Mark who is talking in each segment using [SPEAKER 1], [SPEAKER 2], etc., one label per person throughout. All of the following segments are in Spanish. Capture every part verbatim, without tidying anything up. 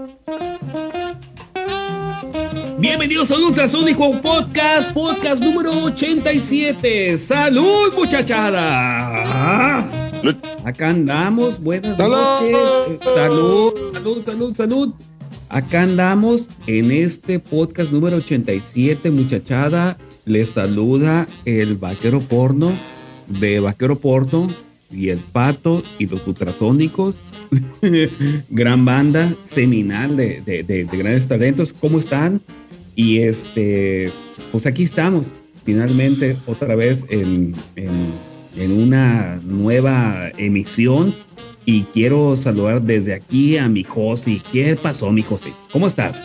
[SPEAKER 1] Bienvenidos a Ultrasónico Podcast, podcast número ochenta y siete. ¡Salud, muchachada! Acá andamos, buenas noches. Salud, salud, salud, salud. Acá andamos en este podcast número ochenta y siete, muchachada. Les saluda el vaquero porno de Vaquero Porno y el Pato y los Ultrasónicos. Gran banda seminal de, de, de, de grandes talentos. ¿Cómo están? Y este, pues aquí estamos, finalmente, otra vez en, en, en una nueva emisión. Y quiero saludar desde aquí a mi José. ¿Qué pasó, mi José? ¿Cómo estás?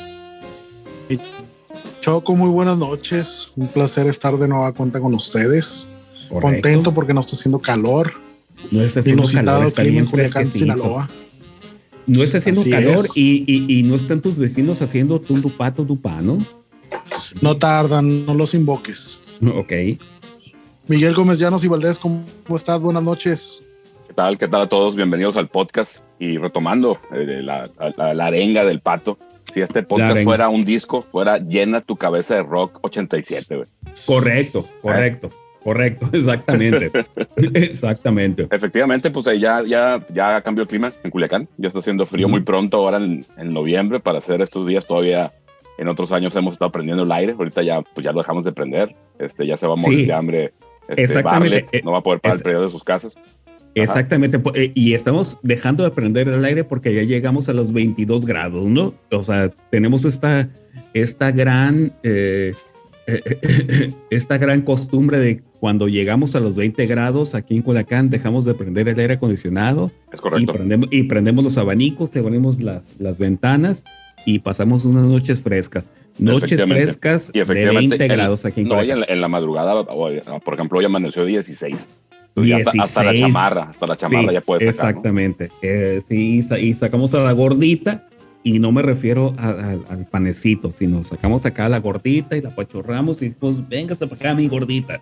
[SPEAKER 2] Choco, muy buenas noches. Un placer estar de nueva cuenta con ustedes.
[SPEAKER 1] Correcto.
[SPEAKER 2] Contento porque no está haciendo calor.
[SPEAKER 1] No está haciendo calor, está bien
[SPEAKER 2] Culiacán, Sinaloa.
[SPEAKER 1] No está haciendo
[SPEAKER 2] Así
[SPEAKER 1] calor y, y, y no están tus vecinos haciendo tundupato dupá, ¿no?
[SPEAKER 2] No tardan, no los invoques.
[SPEAKER 1] Ok.
[SPEAKER 2] Miguel Gómez Llanos y Valdés, ¿cómo estás? Buenas noches.
[SPEAKER 3] ¿Qué tal? ¿Qué tal a todos? Bienvenidos al podcast. Y retomando eh, la, la, la arenga del Pato. Si este podcast fuera un disco, fuera Llena tu cabeza de rock ochenta y siete, güey.
[SPEAKER 1] Correcto, correcto. ¿Eh? Correcto, exactamente. Exactamente.
[SPEAKER 3] Efectivamente, pues ya, ya, ya cambió el clima en Culiacán. Ya está haciendo frío mm. muy pronto ahora en, en noviembre para hacer estos días. Todavía en otros años hemos estado prendiendo el aire. Ahorita ya, pues ya lo dejamos de prender. Este, ya se va a morir sí. de hambre. Este,
[SPEAKER 1] exactamente.
[SPEAKER 3] Bartlett no va a poder pagar es, el periodo de sus casas.
[SPEAKER 1] Exactamente. Ajá. Y estamos dejando de prender el aire porque ya llegamos a los veintidós grados, ¿no? O sea, tenemos esta, esta gran... Eh, esta gran costumbre de cuando llegamos a los veinte grados aquí en Culiacán dejamos de prender el aire acondicionado.
[SPEAKER 3] Es correcto.
[SPEAKER 1] Y prendemos, y prendemos los abanicos, te ponemos las, las ventanas y pasamos unas noches frescas. Noches frescas
[SPEAKER 3] y
[SPEAKER 1] de veinte grados aquí en
[SPEAKER 3] no,
[SPEAKER 1] Culiacán.
[SPEAKER 3] En la, en la madrugada, por ejemplo, hoy amaneció dieciséis. dieciséis. Hasta, hasta la chamarra, hasta la chamarra sí, ya puedes sacar.
[SPEAKER 1] Exactamente. ¿No? Eh, sí, y sacamos a la gordita. Y no me refiero a, a, al panecito, sino sacamos acá la gordita y la pachorramos y decimos, véngase para acá, mi gordita.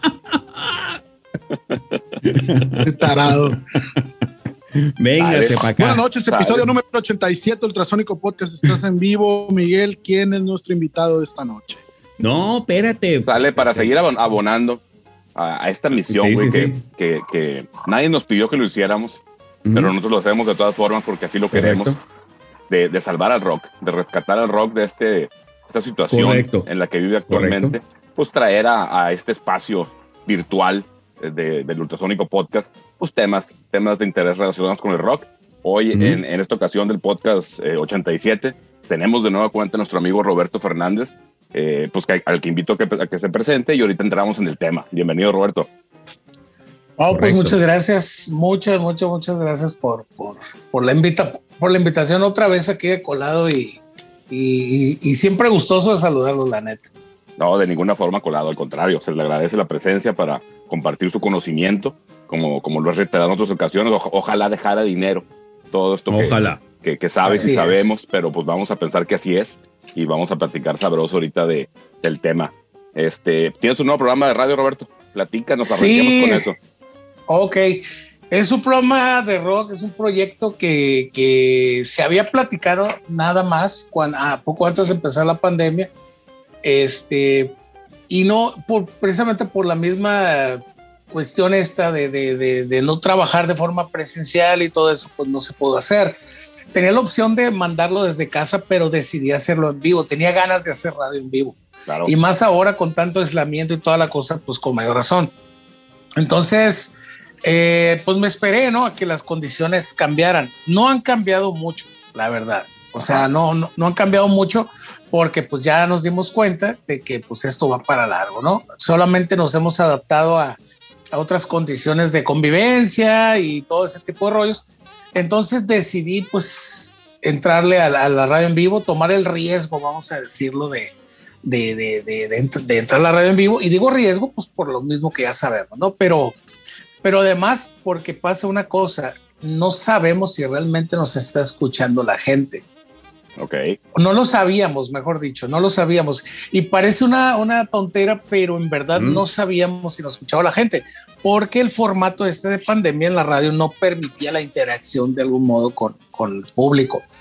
[SPEAKER 2] Tarado.
[SPEAKER 1] Véngase para acá.
[SPEAKER 2] Buenas noches, episodio Dale. número ochenta y siete, Ultrasónico Podcast. Estás en vivo, Miguel. ¿Quién es nuestro invitado de esta noche?
[SPEAKER 1] No, espérate.
[SPEAKER 3] Sale para seguir abonando a, a esta misión, güey, sí, sí, sí. que, que, que nadie nos pidió que lo hiciéramos, uh-huh. pero nosotros lo hacemos de todas formas porque así lo Correcto. queremos. De, de salvar al rock, de rescatar al rock de este, esta situación Correcto. en la que vive actualmente, Correcto. pues traer a, a este espacio virtual de, del Ultrasónico Podcast, pues temas, temas de interés relacionados con el rock. Hoy, uh-huh. en, en esta ocasión del podcast eh, ochenta y siete, tenemos de nuevo cuenta a nuestro amigo Roberto Fernández, eh, pues que, al que invito a que, a que se presente y ahorita entramos en el tema. Bienvenido, Roberto.
[SPEAKER 4] Oh, pues muchas gracias, muchas, muchas, muchas gracias por, por, por, la invita, por la invitación otra vez aquí de colado y, y, y siempre gustoso de saludarlos, la neta.
[SPEAKER 3] No, de ninguna forma colado, al contrario, se le agradece la presencia para compartir su conocimiento, como, como lo has reiterado en otras ocasiones. O, ojalá dejara dinero todo esto que,
[SPEAKER 1] ojalá.
[SPEAKER 3] que, que sabes así y sabemos, es. pero pues vamos a pensar que así es y vamos a platicar sabroso ahorita de, del tema. Este, ¿tienes un nuevo programa de radio, Roberto? Platícanos, arranquemos
[SPEAKER 4] sí.
[SPEAKER 3] con eso.
[SPEAKER 4] Ok, es un programa de rock, es un proyecto que, que se había platicado nada más cuando, ah, poco antes de empezar la pandemia, este, y no, por, precisamente por la misma cuestión esta de, de, de, de no trabajar de forma presencial y todo eso, pues no se pudo hacer. Tenía la opción de mandarlo desde casa, pero decidí hacerlo en vivo, tenía ganas de hacer radio en vivo, claro. Y más ahora con tanto aislamiento y toda la cosa, pues con mayor razón. Entonces... Eh, pues me esperé, ¿no? A que las condiciones cambiaran. No han cambiado mucho, la verdad. O sea, no, no, no han cambiado mucho porque pues ya nos dimos cuenta de que pues esto va para largo, ¿no? Solamente nos hemos adaptado a, a otras condiciones de convivencia y todo ese tipo de rollos. Entonces decidí pues entrarle a la, a la radio en vivo, tomar el riesgo, vamos a decirlo, de, de, de, de, de, de entrar a la radio en vivo. Y digo riesgo pues por lo mismo que ya sabemos, ¿no? Pero... Pero además, porque pasa una cosa, no sabemos si realmente nos está escuchando la gente.
[SPEAKER 3] Ok.
[SPEAKER 4] No lo sabíamos, mejor dicho, no lo sabíamos. Y parece una, una tontera, pero en verdad mm. no sabíamos si nos escuchaba la gente, porque el formato este de pandemia en la radio no permitía la interacción de algún modo con, con el público.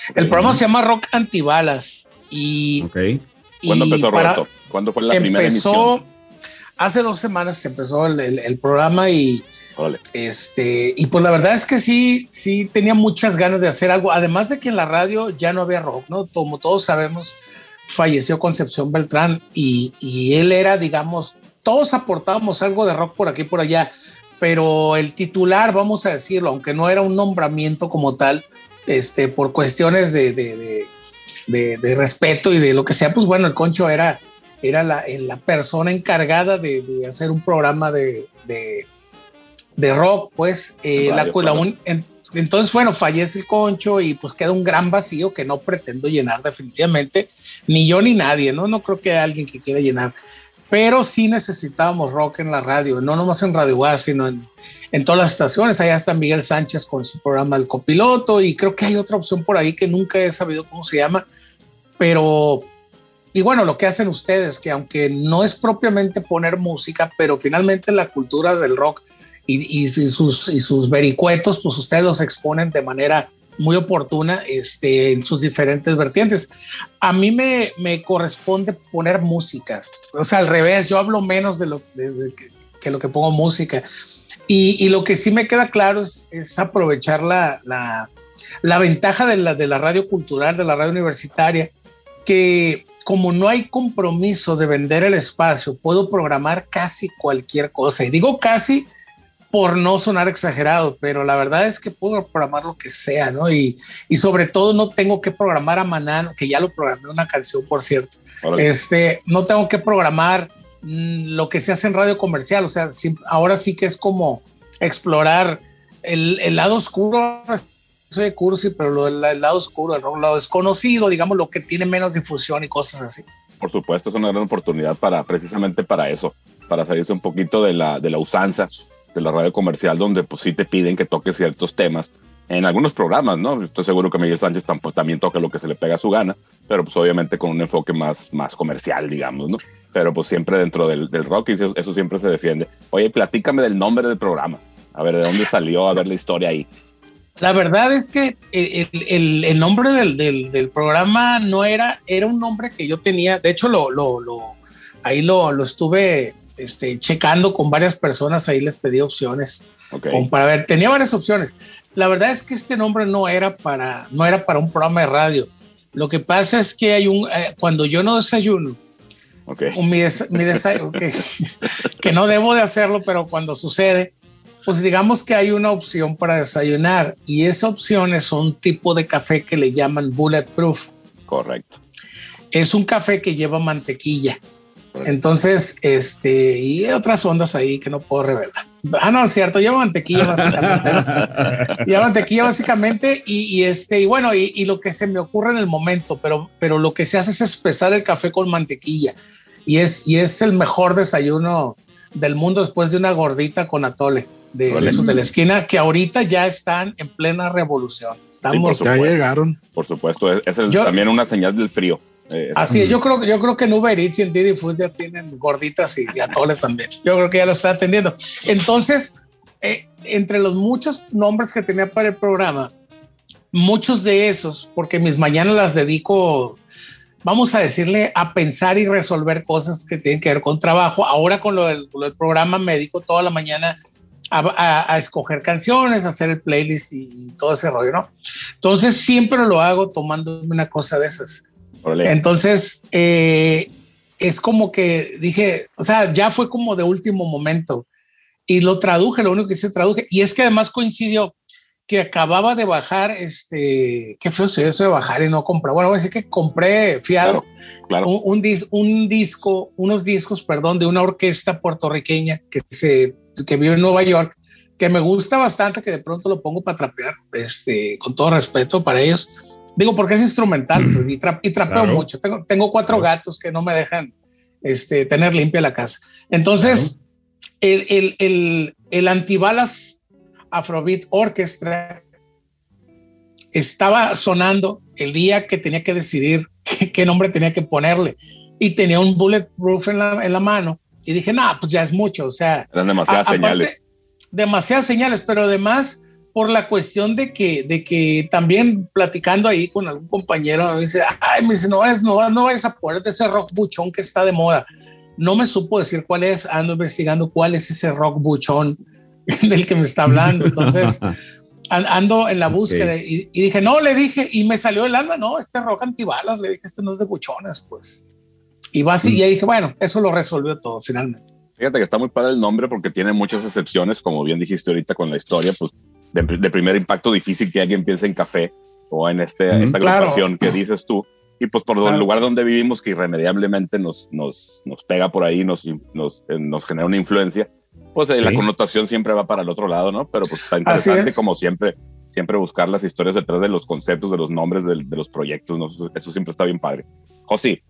[SPEAKER 4] El programa se llama Rock Antibalas. Y,
[SPEAKER 1] okay.
[SPEAKER 3] ¿Cuándo y empezó, Roberto? ¿Cuándo fue la
[SPEAKER 4] empezó,
[SPEAKER 3] primera emisión?
[SPEAKER 4] Hace dos semanas se empezó el, el, el programa y, vale. este, y pues la verdad es que sí, sí tenía muchas ganas de hacer algo. Además de que en la radio ya no había rock, ¿no? Como todos sabemos, falleció Concepción Beltrán y, y él era, digamos, todos aportábamos algo de rock por aquí y por allá, pero el titular, vamos a decirlo, aunque no era un nombramiento como tal, este, por cuestiones de, de, de, de, de respeto y de lo que sea, pues bueno, el Concho era, era la, la persona encargada de, de hacer un programa de, de, de rock, pues. Eh, radio, la, la un, en, entonces, bueno, fallece el Concho y pues queda un gran vacío que no pretendo llenar definitivamente, ni yo ni nadie, ¿no? No creo que haya alguien que quiera llenar. Pero sí necesitábamos rock en la radio, no nomás en Radio Guas, sino en, en todas las estaciones. Allá está Miguel Sánchez con su programa El Copiloto y creo que hay otra opción por ahí que nunca he sabido cómo se llama, pero y bueno, lo que hacen ustedes, que aunque no es propiamente poner música, pero finalmente la cultura del rock y, y, y, sus, y sus vericuetos, pues ustedes los exponen de manera muy oportuna este, en sus diferentes vertientes. A mí me, me corresponde poner música, o sea, al revés, yo hablo menos de lo de, de, que, que lo que pongo música. Y, y lo que sí me queda claro es, es aprovechar la, la, la ventaja de la, de la radio cultural, de la radio universitaria, que como no hay compromiso de vender el espacio, puedo programar casi cualquier cosa. Y digo casi por no sonar exagerado, pero la verdad es que puedo programar lo que sea, ¿no? Y, y sobre todo no tengo que programar a Maná, que ya lo programé una canción, por cierto. Este, no tengo que programar mmm, lo que se hace en radio comercial, o sea, sí, ahora sí que es como explorar el, el lado oscuro. Soy de cursi, pero lo del el lado oscuro, el lado desconocido, digamos, lo que tiene menos difusión y cosas así.
[SPEAKER 3] Por supuesto, es una gran oportunidad para, precisamente para eso, para salirse un poquito de la, de la usanza de la radio comercial, donde pues sí te piden que toques ciertos temas en algunos programas, ¿no? Estoy seguro que Miguel Sánchez tampoco, también toca lo que se le pega a su gana, pero pues obviamente con un enfoque más, más comercial, digamos, ¿no? Pero pues siempre dentro del, del rock y eso, eso siempre se defiende. Oye, platícame del nombre del programa, a ver, ¿de dónde salió? A ver la historia ahí.
[SPEAKER 4] La verdad es que el, el, el nombre del, del, del programa no era, era un nombre que yo tenía, de hecho lo, lo, lo ahí lo, lo estuve este, checando con varias personas, ahí les pedí opciones, okay. Para ver, tenía varias opciones. La verdad es que este nombre no era para, no era para un programa de radio. Lo que pasa es que hay un, eh, cuando yo no desayuno, okay. un, mi, des, mi desayuno, que, que no debo de hacerlo, pero cuando sucede, pues digamos que hay una opción para desayunar y esa opción es un tipo de café que le llaman Bulletproof.
[SPEAKER 3] Correcto.
[SPEAKER 4] Es un café que lleva mantequilla. Correcto. Entonces, este, y otras ondas ahí que no puedo revelar. Ah, no, es cierto, lleva mantequilla básicamente. ¿no? Lleva mantequilla básicamente y, y este, y bueno, y, y lo que se me ocurre en el momento, pero, pero lo que se hace es espesar el café con mantequilla y es, y es el mejor desayuno del mundo después de una gordita con atole. De, de esos de la esquina que ahorita ya están en plena revolución. Estamos,
[SPEAKER 3] sí, ya llegaron. Por supuesto, es, es el, yo, también una señal del frío. Eh,
[SPEAKER 4] así es, yo creo, yo creo que en Uber Eats y en Didi Food ya tienen gorditas y, y atole también. Yo creo que ya lo está atendiendo. Entonces, eh, entre los muchos nombres que tenía para el programa, muchos de esos, porque mis mañanas las dedico, vamos a decirle, a pensar y resolver cosas que tienen que ver con trabajo. Ahora con lo del, lo del programa médico, toda la mañana A, a, a escoger canciones, a hacer el playlist y, y todo ese rollo, ¿no? Entonces siempre lo hago tomando una cosa de esas. Olé. Entonces eh, es como que dije, o sea, ya fue como de último momento y lo traduje, lo único que se traduje y es que además coincidió que acababa de bajar, este, qué feo es eso de bajar y no comprar. Bueno, voy a decir que compré fiado
[SPEAKER 3] claro, claro.
[SPEAKER 4] Un, un, dis, un disco, unos discos, perdón, de una orquesta puertorriqueña que se que vive en Nueva York, que me gusta bastante, que de pronto lo pongo para trapear, este, con todo respeto para ellos. Digo, porque es instrumental, mm. pues, y, tra y trapeo claro. mucho. Tengo, tengo cuatro claro. gatos que no me dejan este, tener limpia la casa. Entonces, claro. el, el, el, el Antibalas Afrobeat Orchestra estaba sonando el día que tenía que decidir qué, qué nombre tenía que ponerle. Y tenía un Bulletproof en la, en la mano. Y dije, no, nah, pues ya es mucho, o sea...
[SPEAKER 3] Eran demasiadas a, señales.
[SPEAKER 4] Aparte, demasiadas señales, pero además por la cuestión de que, de que también platicando ahí con algún compañero, me dice, ay, me dice, no, es, no, no vayas a ponerte ese rock buchón que está de moda. No me supo decir cuál es, ando investigando cuál es ese rock buchón del que me está hablando. Entonces ando en la búsqueda okay. y, y dije, no, le dije, y me salió el alma, no, este rock antibalas, le dije, este no es de buchones, pues. Y va así, mm. y ahí dije, bueno, eso lo resolvió todo finalmente.
[SPEAKER 3] Fíjate que está muy padre el nombre porque tiene muchas excepciones, como bien dijiste ahorita con la historia, pues de, de primer impacto difícil que alguien piense en café o en este, mm, esta agrupación claro. que dices tú. Y pues por claro. el lugar donde vivimos que irremediablemente nos, nos, nos pega por ahí, nos, nos, nos genera una influencia, pues eh, sí. la connotación siempre va para el otro lado, ¿no? Pero pues está interesante como siempre, siempre buscar las historias detrás de los conceptos, de los nombres de, de los proyectos, ¿no? Eso, eso siempre está bien padre. José.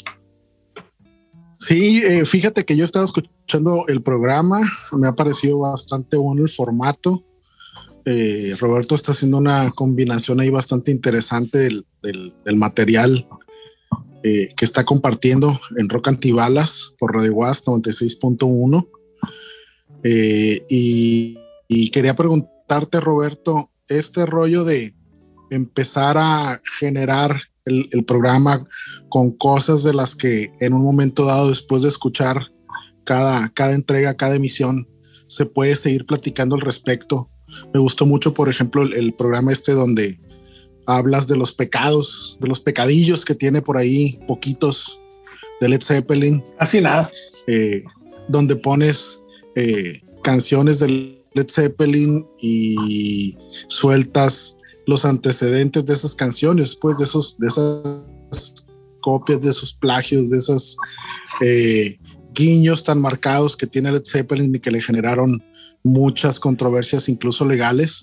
[SPEAKER 2] Sí, eh, fíjate que yo estaba escuchando el programa, me ha parecido bastante bueno el formato. Eh, Roberto está haciendo una combinación ahí bastante interesante del, del, del material eh, que está compartiendo en Rock Antibalas por Radio Guas noventa y seis punto uno. Eh, y, y quería preguntarte, Roberto, este rollo de empezar a generar el, el programa con cosas de las que en un momento dado, después de escuchar cada, cada entrega, cada emisión, se puede seguir platicando al respecto. Me gustó mucho, por ejemplo, el, el programa este donde hablas de los pecados, de los pecadillos que tiene por ahí, poquitos, de Led Zeppelin.
[SPEAKER 4] Así nada.
[SPEAKER 2] Eh, donde pones eh, canciones de Led Zeppelin y sueltas los antecedentes de esas canciones, pues de, esos, de esas copias, de esos plagios, de esos eh, guiños tan marcados que tiene Led Zeppelin y que le generaron muchas controversias, incluso legales,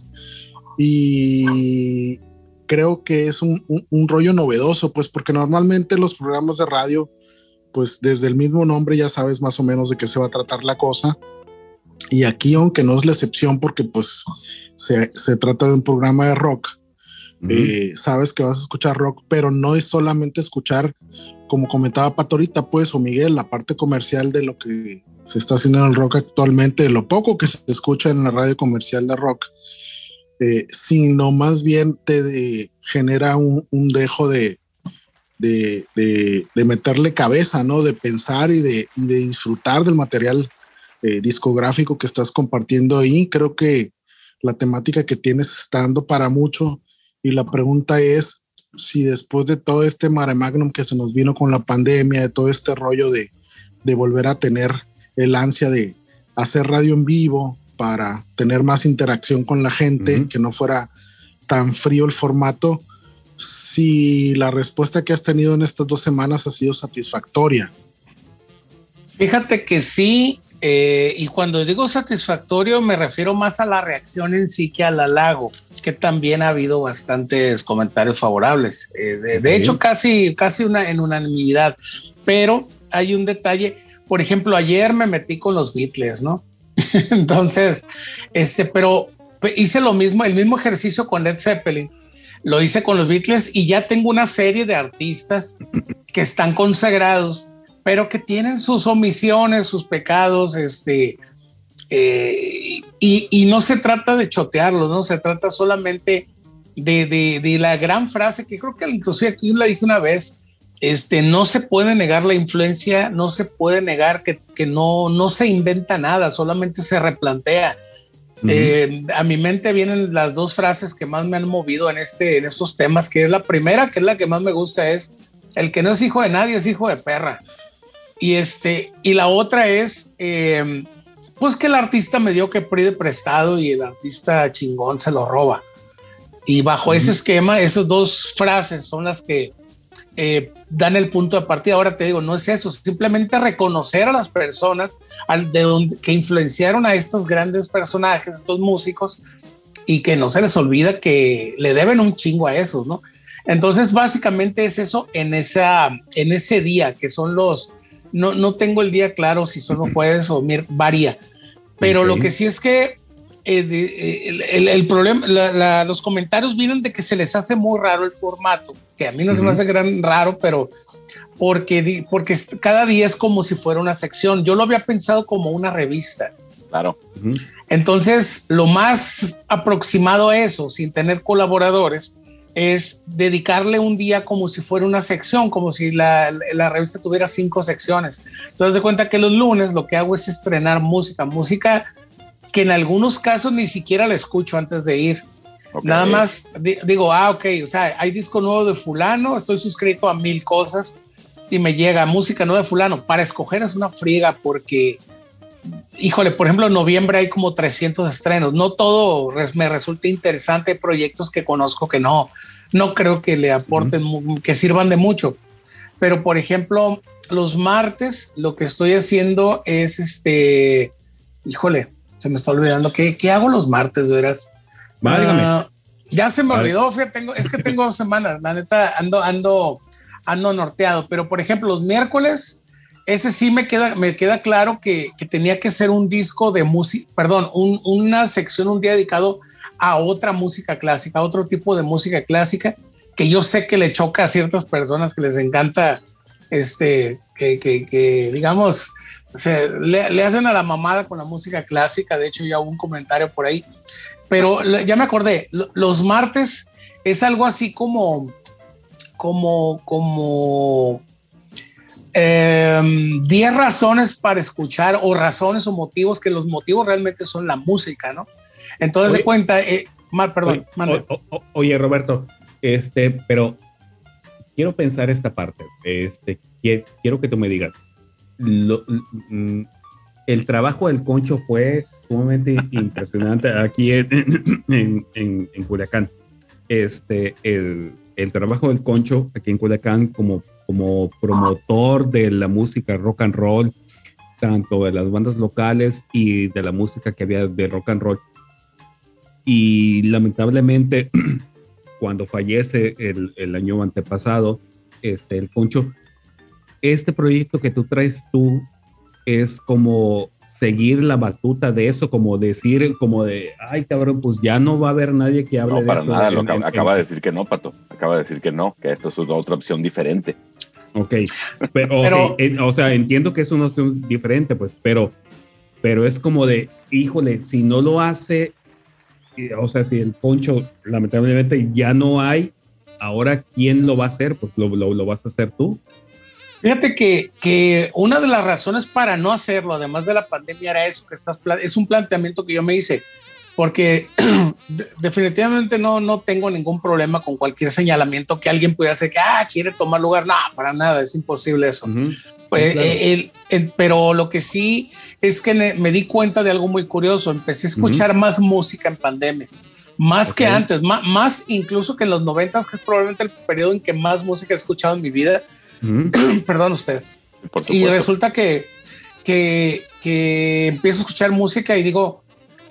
[SPEAKER 2] y creo que es un, un, un rollo novedoso, pues porque normalmente los programas de radio, pues desde el mismo nombre ya sabes más o menos de qué se va a tratar la cosa, y aquí, aunque no es la excepción porque pues se, se trata de un programa de rock, uh-huh. eh, sabes que vas a escuchar rock, pero no es solamente escuchar, como comentaba Pato ahorita, pues, o Miguel, la parte comercial de lo que se está haciendo en el rock actualmente, de lo poco que se escucha en la radio comercial de rock, eh, sino más bien te de, genera un, un dejo de, de, de, de meterle cabeza, ¿no? De pensar y de, y de disfrutar del material eh, discográfico que estás compartiendo ahí. Creo que la temática que tienes está dando para mucho, y la pregunta es si después de todo este mare magnum que se nos vino con la pandemia, de todo este rollo de, de volver a tener el ansia de hacer radio en vivo para tener más interacción con la gente, uh-huh. que no fuera tan frío el formato, si la respuesta que has tenido en estas dos semanas ha sido satisfactoria.
[SPEAKER 4] Fíjate que sí, eh, y cuando digo satisfactorio me refiero más a la reacción en sí que al halago, que también ha habido bastantes comentarios favorables, eh, de, de hecho casi, casi una, en unanimidad, pero hay un detalle. Por ejemplo, ayer me metí con los Beatles, ¿no? Entonces, este, pero hice lo mismo, el mismo ejercicio con Led Zeppelin, lo hice con los Beatles, y ya tengo una serie de artistas que están consagrados, pero que tienen sus omisiones, sus pecados, este, eh, y, y no se trata de chotearlos, no se trata solamente de, de, de la gran frase que creo que inclusive aquí la dije una vez. Este, no se puede negar la influencia, no se puede negar que, que no, no se inventa nada, solamente se replantea. Uh-huh. Eh, a mi mente vienen las dos frases que más me han movido en, este, en estos temas, que es la primera, que es la que más me gusta, es: el que no es hijo de nadie es hijo de perra. Y, este, y la otra es, eh, pues que el artista mediocre pide prestado y el artista chingón se lo roba. Y bajo uh-huh. ese esquema, esas dos frases son las que Eh, dan el punto de partida. Ahora te digo, no es eso, simplemente reconocer a las personas al, de donde, que influenciaron a estos grandes personajes, estos músicos, y que no se les olvida que le deben un chingo a esos, ¿no? Entonces básicamente es eso en, esa, en ese día, que son los, no, no tengo el día claro si son los jueves o miércoles, varía, pero okay. Lo que sí es que eh, de, eh, el, el, el problema, la, la, los comentarios vienen de que se les hace muy raro el formato, que a mí no uh-huh. se me hace gran raro, pero porque, porque cada día es como si fuera una sección. Yo lo había pensado como una revista.
[SPEAKER 3] Claro.
[SPEAKER 4] Uh-huh. Entonces, lo más aproximado a eso, sin tener colaboradores, es dedicarle un día como si fuera una sección, como si la, la revista tuviera cinco secciones. Entonces, de cuenta que los lunes lo que hago es estrenar música, música que en algunos casos ni siquiera la escucho antes de ir. Okay. Nada más di, digo, ah, ok, o sea, hay disco nuevo de fulano, estoy suscrito a mil cosas y me llega música nueva de fulano. Para escoger es una friega porque, híjole, por ejemplo, en noviembre hay como trescientos estrenos. No todo res, me resulta interesante. Hay proyectos que conozco que no, no creo que le aporten, uh-huh. que sirvan de mucho. Pero, por ejemplo, los martes lo que estoy haciendo es, este, híjole, se me está olvidando. ¿Qué, qué hago los martes, verás? Uh, ya se me vale. olvidó, fíjate, tengo, es que tengo dos semanas, la neta, ando, ando, ando norteado. Pero, por ejemplo, los miércoles... Ese sí me queda, me queda claro que, que tenía que ser un disco de música, perdón, un, una sección, un día dedicado a otra música clásica, a otro tipo de música clásica, que yo sé que le choca a ciertas personas que les encanta, este, que, que, que digamos, se, le, le hacen a la mamada con la música clásica. De hecho, ya hubo un comentario por ahí, pero ya me acordé, los martes es algo así como, como, como... diez eh, razones para escuchar, o razones o motivos, que los motivos realmente son la música, ¿no? Entonces oye, de cuenta, eh, mal, perdón.
[SPEAKER 1] Oye, o, o, oye, Roberto, este, pero quiero pensar esta parte. Este, quiero que tú me digas, lo, el trabajo del Concho fue sumamente impresionante aquí en, en, en, en Culiacán. Este, el, el trabajo del Concho aquí en Culiacán como como promotor de la música rock and roll, tanto de las bandas locales y de la música que había de rock and roll. Y lamentablemente, cuando fallece el, el año antepasado, este, el Concho, este proyecto que tú traes tú es como seguir la batuta de eso, como decir, como de, ay, cabrón, pues ya no va a haber nadie que hable
[SPEAKER 3] no,
[SPEAKER 1] de
[SPEAKER 3] para
[SPEAKER 1] eso.
[SPEAKER 3] nada,
[SPEAKER 1] En,
[SPEAKER 3] lo acaba,
[SPEAKER 1] en,
[SPEAKER 3] acaba
[SPEAKER 1] en,
[SPEAKER 3] de decir que no, Pato, acaba de decir que no, que esto es otra opción diferente.
[SPEAKER 1] Ok, pero, pero okay, eh, o sea, entiendo que es una opción diferente, pues, pero, pero es como de, híjole, si no lo hace, eh, o sea, si el Concho lamentablemente ya no hay, ahora ¿quién lo va a hacer? Pues lo, lo, lo vas a hacer tú.
[SPEAKER 4] Fíjate que, que una de las razones para no hacerlo, además de la pandemia, era eso que estás, es un planteamiento que yo me hice, porque definitivamente no, no tengo ningún problema con cualquier señalamiento que alguien pueda hacer que ah, quiere tomar lugar. No, para nada, es imposible eso. Uh-huh. Pues, sí, claro. el, el, pero lo que sí es que me, me di cuenta de algo muy curioso. Empecé a escuchar uh-huh. más música en pandemia, más okay. que antes, más, más incluso que en los noventas, que es probablemente el periodo en que más música he escuchado en mi vida. Uh-huh. Perdón ustedes. Y resulta que, que, que empiezo a escuchar música y digo,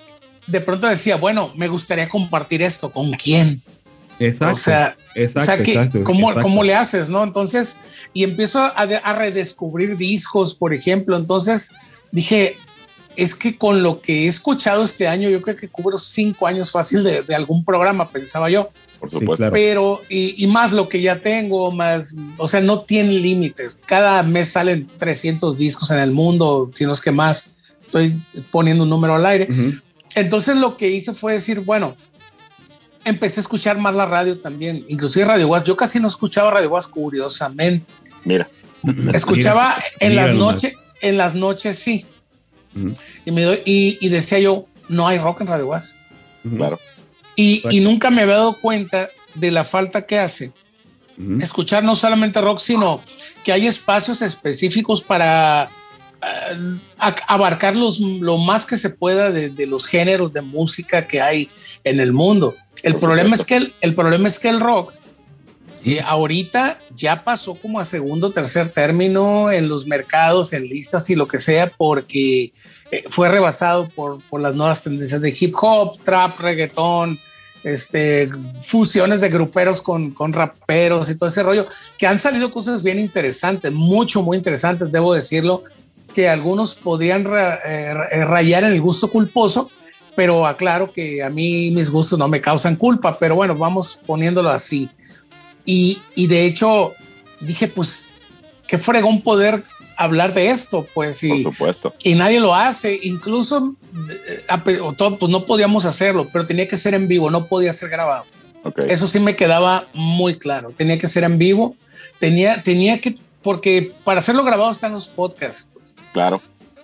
[SPEAKER 4] de pronto decía, bueno, me gustaría compartir esto. ¿Con quién?
[SPEAKER 1] Exacto.
[SPEAKER 4] O sea,
[SPEAKER 1] exacto,
[SPEAKER 4] o sea que,
[SPEAKER 1] exacto,
[SPEAKER 4] ¿cómo,
[SPEAKER 1] exacto.
[SPEAKER 4] ¿cómo le haces, no? Entonces, y empiezo a, a redescubrir discos, por ejemplo. Entonces dije, es que con lo que he escuchado este año, yo creo que cubro cinco años fácil de, de algún programa, pensaba yo.
[SPEAKER 3] Por supuesto. Sí, claro.
[SPEAKER 4] Pero, y, y más lo que ya tengo, más, o sea, no tiene límites. Cada mes salen trescientos discos en el mundo, si no es que más. Estoy poniendo un número al aire. Uh-huh. Entonces lo que hice fue decir, bueno, empecé a escuchar más la radio también, inclusive Radio Guas. Yo casi no escuchaba Radio Guas, curiosamente.
[SPEAKER 3] Mira.
[SPEAKER 4] Escuchaba
[SPEAKER 1] mira,
[SPEAKER 4] en
[SPEAKER 1] mira
[SPEAKER 4] las
[SPEAKER 1] nomás.
[SPEAKER 4] noches, en las noches sí.
[SPEAKER 1] Uh-huh.
[SPEAKER 4] Y, me doy, y, y decía yo, no hay rock en Radio Guas.
[SPEAKER 3] Uh-huh. Claro.
[SPEAKER 4] Y, y nunca me había dado cuenta de la falta que hace uh-huh. escuchar no solamente rock, sino que hay espacios específicos para uh, abarcar los, lo más que se pueda de, de los géneros de música que hay en el mundo. El problema es que el, el problema es que el rock eh, ahorita ya pasó como a segundo o tercer término en los mercados, en listas y lo que sea, porque eh, fue rebasado por, por las nuevas tendencias de hip hop, trap, reggaetón, este, fusiones de gruperos con, con raperos y todo ese rollo, que han salido cosas bien interesantes, mucho, muy interesantes, debo decirlo, que algunos podían ra, eh, rayar en el gusto culposo, pero aclaro que a mí mis gustos no me causan culpa, pero bueno, vamos poniéndolo así. Y, y de hecho dije, pues, qué fregón poder hablar de esto, pues. Y,
[SPEAKER 3] por supuesto.
[SPEAKER 4] Y nadie lo hace. Incluso pues, no podíamos hacerlo, pero tenía que ser en vivo, no podía ser grabado. Okay. Eso sí me quedaba muy claro. Tenía que ser en vivo. Tenía, tenía que, porque para hacerlo grabado están los podcasts. Pues.
[SPEAKER 3] Claro.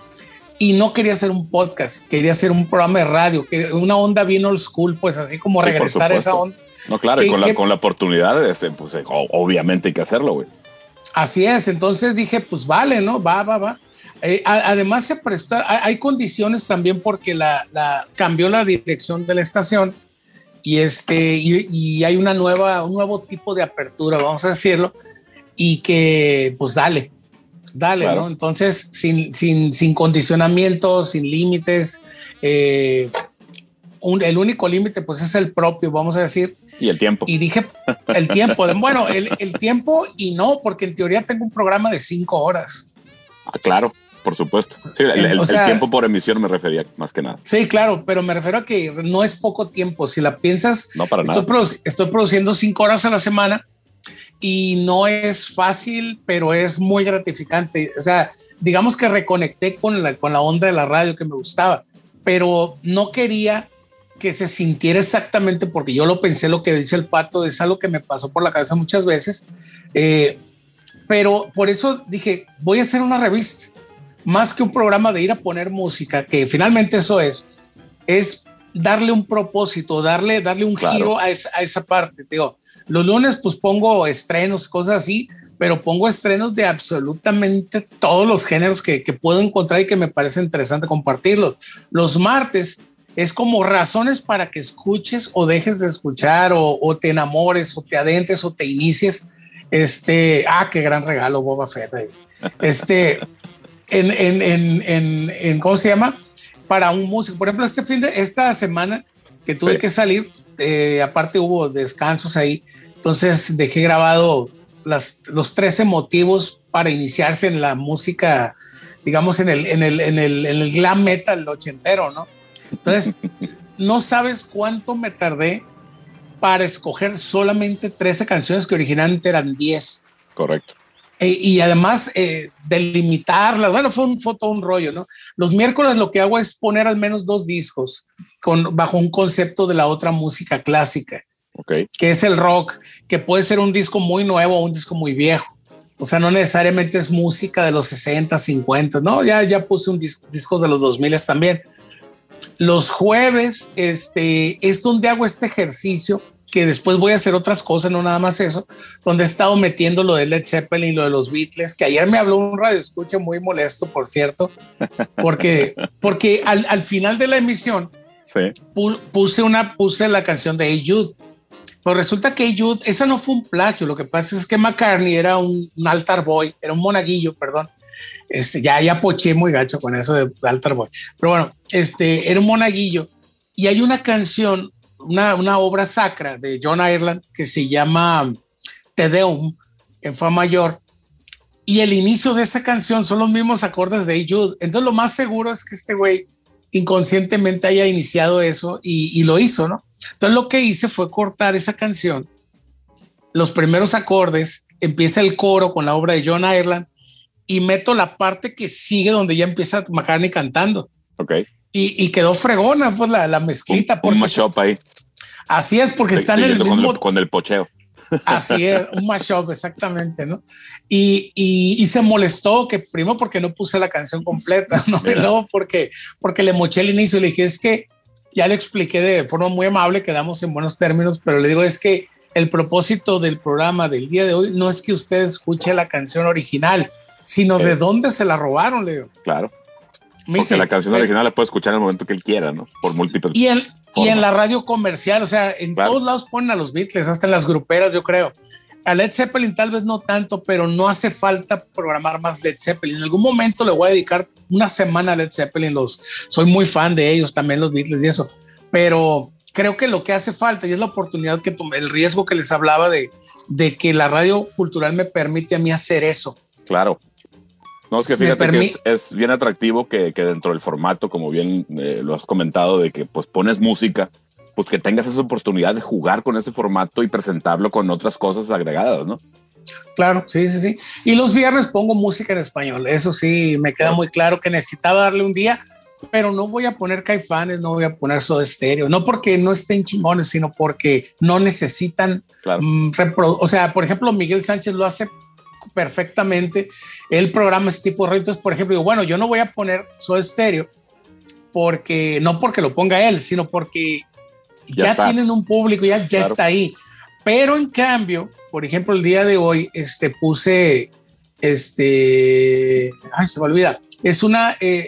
[SPEAKER 4] Y no quería hacer un podcast, quería hacer un programa de radio, que una onda bien old school, pues así como sí, regresar a esa onda.
[SPEAKER 3] No, claro, que, y con, que, la, con la oportunidad, de este, pues obviamente hay que hacerlo, güey.
[SPEAKER 4] Así es, entonces dije, pues vale, ¿no? Va, va, va. Eh, a, además se presta, hay, hay condiciones también porque la, la cambió la dirección de la estación y este y, y hay una nueva, un nuevo tipo de apertura, vamos a decirlo, y que pues dale. Dale, claro. ¿no? Entonces, sin, sin, sin condicionamientos, sin límites, eh, un, el único límite, pues es el propio, vamos a decir.
[SPEAKER 3] Y el tiempo.
[SPEAKER 4] Y dije, el tiempo. Bueno, el, el tiempo y no, porque en teoría tengo un programa de cinco horas.
[SPEAKER 3] Ah, claro, por supuesto. Sí, el, el, o sea, el tiempo por emisión me refería más que nada.
[SPEAKER 4] Sí, claro, pero me refiero a que no es poco tiempo. Si la piensas,
[SPEAKER 3] no para
[SPEAKER 4] estoy,
[SPEAKER 3] nada.
[SPEAKER 4] Produ- estoy produciendo cinco horas a la semana. Y no es fácil, pero es muy gratificante. O sea, digamos que reconecté con la, con la onda de la radio que me gustaba, pero no quería que se sintiera exactamente, porque yo lo pensé, lo que dice el Pato, es algo que me pasó por la cabeza muchas veces. Eh, pero por eso dije, voy a hacer una revista, más que un programa de ir a poner música, que finalmente eso es, es darle un propósito, darle, darle un claro. giro a esa, a esa parte. Te digo, los lunes pues pongo estrenos, cosas así, pero pongo estrenos de absolutamente todos los géneros que, que puedo encontrar y que me parece interesante compartirlos. Los martes es como razones para que escuches o dejes de escuchar o, o te enamores o te adentres o te inicies. Este, ah, qué gran regalo Boba Fett ahí. Este, en, en, en, en, en, ¿cómo se llama? Para un músico. Por ejemplo, este fin de esta semana que tuve sí. que salir, eh, aparte hubo descansos ahí, entonces dejé grabado las, los trece motivos para iniciarse en la música, digamos, en el, en el, en el, en el glam metal ochentero, ¿no? Entonces, no sabes cuánto me tardé para escoger solamente trece canciones que originalmente eran diez.
[SPEAKER 3] Correcto.
[SPEAKER 4] Eh, y además eh, delimitarlas, bueno, fue, un, fue todo un rollo, ¿no? Los miércoles lo que hago es poner al menos dos discos con, bajo un concepto de la otra música clásica,
[SPEAKER 3] okay.
[SPEAKER 4] que es el rock, que puede ser un disco muy nuevo o un disco muy viejo. O sea, no necesariamente es música de los sesenta, cincuenta, ¿no? Ya, ya puse un disco, disco de los dos mil también. Los jueves este, es donde hago este ejercicio, que después voy a hacer otras cosas, no nada más eso, donde he estado metiendo lo de Led Zeppelin, lo de los Beatles, que ayer me habló un radioescucha muy molesto, por cierto, porque, porque al, al final de la emisión
[SPEAKER 3] sí.
[SPEAKER 4] pu, puse, una, puse la canción de Hey Jude, pero resulta que Hey Jude, esa no fue un plagio, lo que pasa es que McCartney era un, un altar boy, era un monaguillo, perdón, este, ya, ya poché muy gacho con eso de altar boy, pero bueno, este, era un monaguillo, y hay una canción, Una, una obra sacra de John Ireland que se llama Te Deum en fa mayor, y el inicio de esa canción son los mismos acordes de Hey Jude. Entonces lo más seguro es que este güey inconscientemente haya iniciado eso y, y lo hizo, ¿no? Entonces lo que hice fue cortar esa canción, los primeros acordes, empieza el coro con la obra de John Ireland y meto la parte que sigue donde ya empieza McCartney cantando.
[SPEAKER 3] Okay.
[SPEAKER 4] Y, y quedó fregona, pues la, la mezclita.
[SPEAKER 3] Un, un mashup ahí.
[SPEAKER 4] Así es, porque están en el mismo...
[SPEAKER 3] Con el, con el pocheo.
[SPEAKER 4] Así es, un mashup, exactamente, ¿no? Y, y, y se molestó, que primero porque no puse la canción completa, ¿no? Y luego porque, porque le moché el inicio y le dije, es que ya le expliqué de forma muy amable, quedamos en buenos términos, pero le digo, es que el propósito del programa del día de hoy no es que usted escuche la canción original, sino eh. de dónde se la robaron, le digo.
[SPEAKER 3] Claro. Me Porque dice, la canción original la puede escuchar en el momento que él quiera, ¿no? Por múltiples
[SPEAKER 4] y en, y en la radio comercial, o sea, en claro. todos lados ponen a los Beatles, hasta en las gruperas, yo creo. A Led Zeppelin tal vez no tanto, pero no hace falta programar más Led Zeppelin. En algún momento le voy a dedicar una semana a Led Zeppelin. Los, soy muy fan de ellos, también los Beatles y eso. Pero creo que lo que hace falta, y es la oportunidad que tomé, el riesgo que les hablaba de, de que la radio cultural me permite a mí hacer eso.
[SPEAKER 3] Claro. No, es que fíjate que es, es bien atractivo que, que dentro del formato, como bien eh, lo has comentado, de que pues pones música, pues que tengas esa oportunidad de jugar con ese formato y presentarlo con otras cosas agregadas, ¿no?
[SPEAKER 4] Claro, sí, sí, sí. Y los viernes pongo música en español. Eso sí, me queda muy claro que necesitaba darle un día, pero no voy a poner Caifanes, no voy a poner Soda Stereo, no porque no estén chingones, sino porque no necesitan. Claro. Mm, repro- o sea, por ejemplo, Miguel Sánchez lo hace perfectamente. El programa es tipo de entonces, por ejemplo, digo, bueno, yo no voy a poner Soda Stereo porque no porque lo ponga él, sino porque ya, ya tienen un público, ya, ya claro. está ahí. Pero en cambio, por ejemplo, el día de hoy este, puse, este, ay, se me olvida, es una, eh,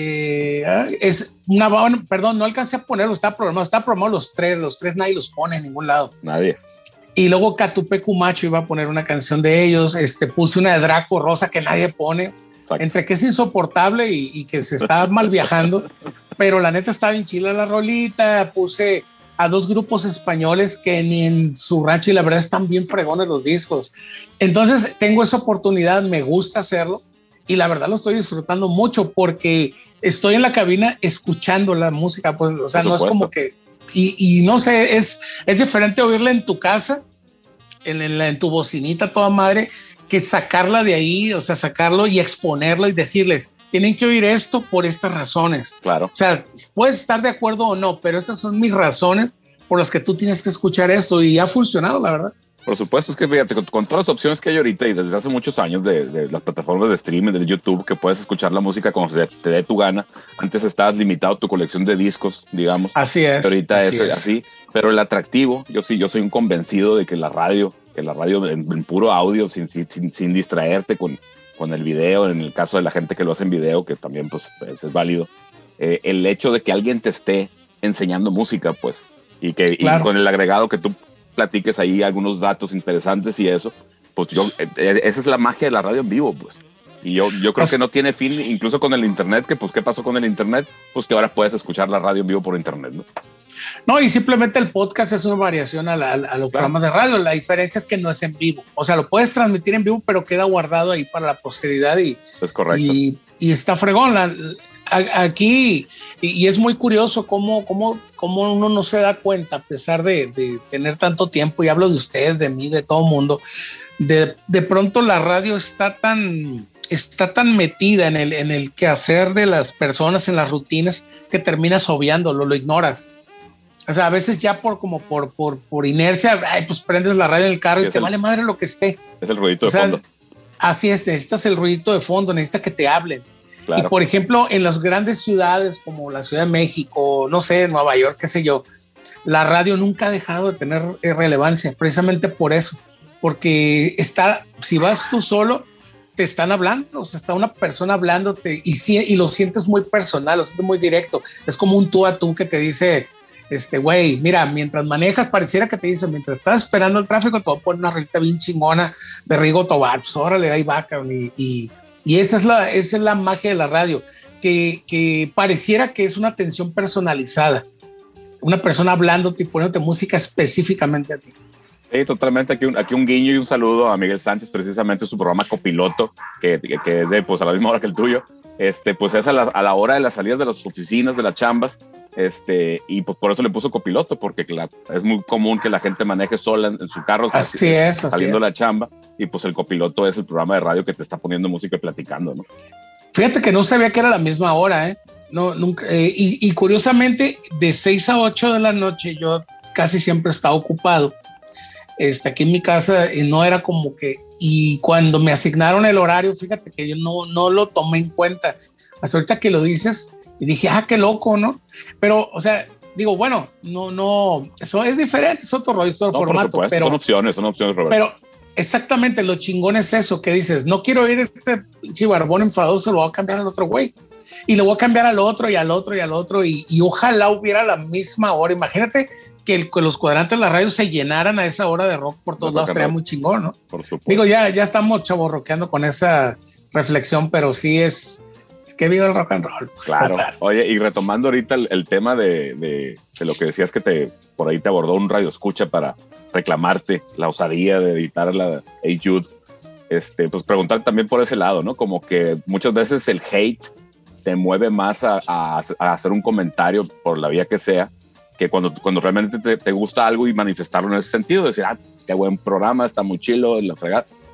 [SPEAKER 4] eh, es una, bueno, perdón, no alcancé a ponerlo, está programado, está programado los tres, los tres nadie los pone en ningún lado.
[SPEAKER 3] Nadie.
[SPEAKER 4] Y luego Catupecu Macho iba a poner una canción de ellos, este, puse una de Draco Rosa que nadie pone, exacto. Entre que es insoportable y, y que se está mal viajando, pero la neta está bien chila la rolita, puse a dos grupos españoles que ni en su rancho y la verdad están bien fregones los discos. Entonces tengo esa oportunidad, me gusta hacerlo y la verdad lo estoy disfrutando mucho porque estoy en la cabina escuchando la música, pues, o sea, no es como que, y, y no sé, es, es diferente oírla en tu casa, en, en, en tu bocinita toda madre, que sacarla de ahí, o sea, sacarlo y exponerlo y decirles, tienen que oír esto por estas razones.
[SPEAKER 3] Claro.
[SPEAKER 4] O sea, puedes estar de acuerdo o no, pero estas son mis razones por las que tú tienes que escuchar esto y ha funcionado, la verdad.
[SPEAKER 3] Por supuesto, es que fíjate, con, con todas las opciones que hay ahorita y desde hace muchos años de, de las plataformas de streaming, del YouTube, que puedes escuchar la música cuando te, te dé tu gana. Antes estabas limitado a tu colección de discos, digamos.
[SPEAKER 4] Así es.
[SPEAKER 3] Pero ahorita
[SPEAKER 4] así
[SPEAKER 3] es,
[SPEAKER 4] es
[SPEAKER 3] así. Pero el atractivo, yo sí, yo soy un convencido de que la radio, que la radio en, en puro audio, sin, sin, sin distraerte con, con el video, en el caso de la gente que lo hace en video, que también pues, pues es válido, eh, el hecho de que alguien te esté enseñando música, pues, y que claro. y con el agregado que tú platiques ahí algunos datos interesantes y eso, pues yo, eh, esa es la magia de la radio en vivo, pues. Y yo, yo creo pues, que no tiene fin, incluso con el internet, que pues, ¿qué pasó con el internet? Pues que ahora puedes escuchar la radio en vivo por internet, ¿no?
[SPEAKER 4] No, y simplemente el podcast es una variación a, la, a los claro. programas de radio. La diferencia es que no es en vivo. O sea, lo puedes transmitir en vivo, pero queda guardado ahí para la posteridad y,
[SPEAKER 3] es correcto.
[SPEAKER 4] y, y está fregón. La, a, aquí, y, y es muy curioso cómo, cómo, cómo uno no se da cuenta, a pesar de, de tener tanto tiempo, y hablo de ustedes, de mí, de todo el mundo, de, de pronto la radio está tan... está tan metida en el, en el quehacer de las personas, en las rutinas, que terminas obviándolo, lo ignoras. O sea, a veces ya por como por, por, por inercia, ay, pues prendes la radio en el carro y te el, vale madre lo que esté.
[SPEAKER 3] Es el ruidito
[SPEAKER 4] o sea,
[SPEAKER 3] de fondo.
[SPEAKER 4] Así es, necesitas el ruidito de fondo, necesitas que te hablen. Claro. Y por ejemplo, en las grandes ciudades como la Ciudad de México, no sé, Nueva York, qué sé yo, la radio nunca ha dejado de tener relevancia, precisamente por eso. Porque está, si vas tú solo, te están hablando, o sea, está una persona hablándote y, y lo sientes muy personal, lo sientes muy directo. Es como un tú a tú que te dice, este, güey, mira, mientras manejas, pareciera que te dice, mientras estás esperando el tráfico, te voy a poner una rolita bien chingona de Rigo Tobar, pues órale, ahí va, y, y, y esa, es la, esa es la magia de la radio, que, que pareciera que es una atención personalizada, una persona hablándote y poniéndote música específicamente a ti.
[SPEAKER 3] Sí, totalmente. Aquí un, aquí un guiño y un saludo a Miguel Sánchez, precisamente su programa Copiloto, que, que, que es de pues, a la misma hora que el tuyo. Este, pues es a la, a la hora de las salidas de las oficinas, de las chambas, este, y pues por eso le puso Copiloto, porque claro, es muy común que la gente maneje sola en, en su carro,
[SPEAKER 4] así es, así
[SPEAKER 3] saliendo
[SPEAKER 4] es.
[SPEAKER 3] la chamba, y pues el Copiloto es el programa de radio que te está poniendo música y platicando, ¿no?
[SPEAKER 4] Fíjate que no sabía que era la misma hora, ¿eh? No, nunca, eh, y, y curiosamente, de seis a ocho de la noche, yo casi siempre estaba ocupado. Este, aquí en mi casa y no era como que, y cuando me asignaron el horario, fíjate que yo no, no lo tomé en cuenta, hasta ahorita que lo dices, y dije, ah, qué loco, ¿no? Pero, o sea, digo, bueno, no, no, eso es diferente, es otro rollo, es otro
[SPEAKER 3] no,
[SPEAKER 4] formato,
[SPEAKER 3] supuesto,
[SPEAKER 4] pero...
[SPEAKER 3] Son opciones, son opciones, Roberto.
[SPEAKER 4] Pero exactamente, lo chingón es eso, que dices, no quiero ir este pinche barbón enfadoso, lo voy a cambiar al otro güey, y lo voy a cambiar al otro, y al otro, y al otro, y, y ojalá hubiera la misma hora, imagínate que, el, que los cuadrantes de la radio se llenaran a esa hora de rock por todos lados, estaría muy chingón, ¿no?
[SPEAKER 3] Por supuesto.
[SPEAKER 4] Digo, ya, ya estamos chavorroqueando con esa reflexión, pero sí es, es que viva el rock and roll. Pues,
[SPEAKER 3] claro.
[SPEAKER 4] Total.
[SPEAKER 3] Oye, y retomando ahorita el, el tema de, de, de lo que decías que te por ahí te abordó un radio escucha para reclamarte la osadía de editar la Hey Jude, este, pues preguntar también por ese lado, ¿no? Como que muchas veces el hate te mueve más a, a, a hacer un comentario por la vía que sea, que cuando, cuando realmente te, te gusta algo y manifestarlo en ese sentido, decir, ah, qué buen programa, está muy chilo, la fregada.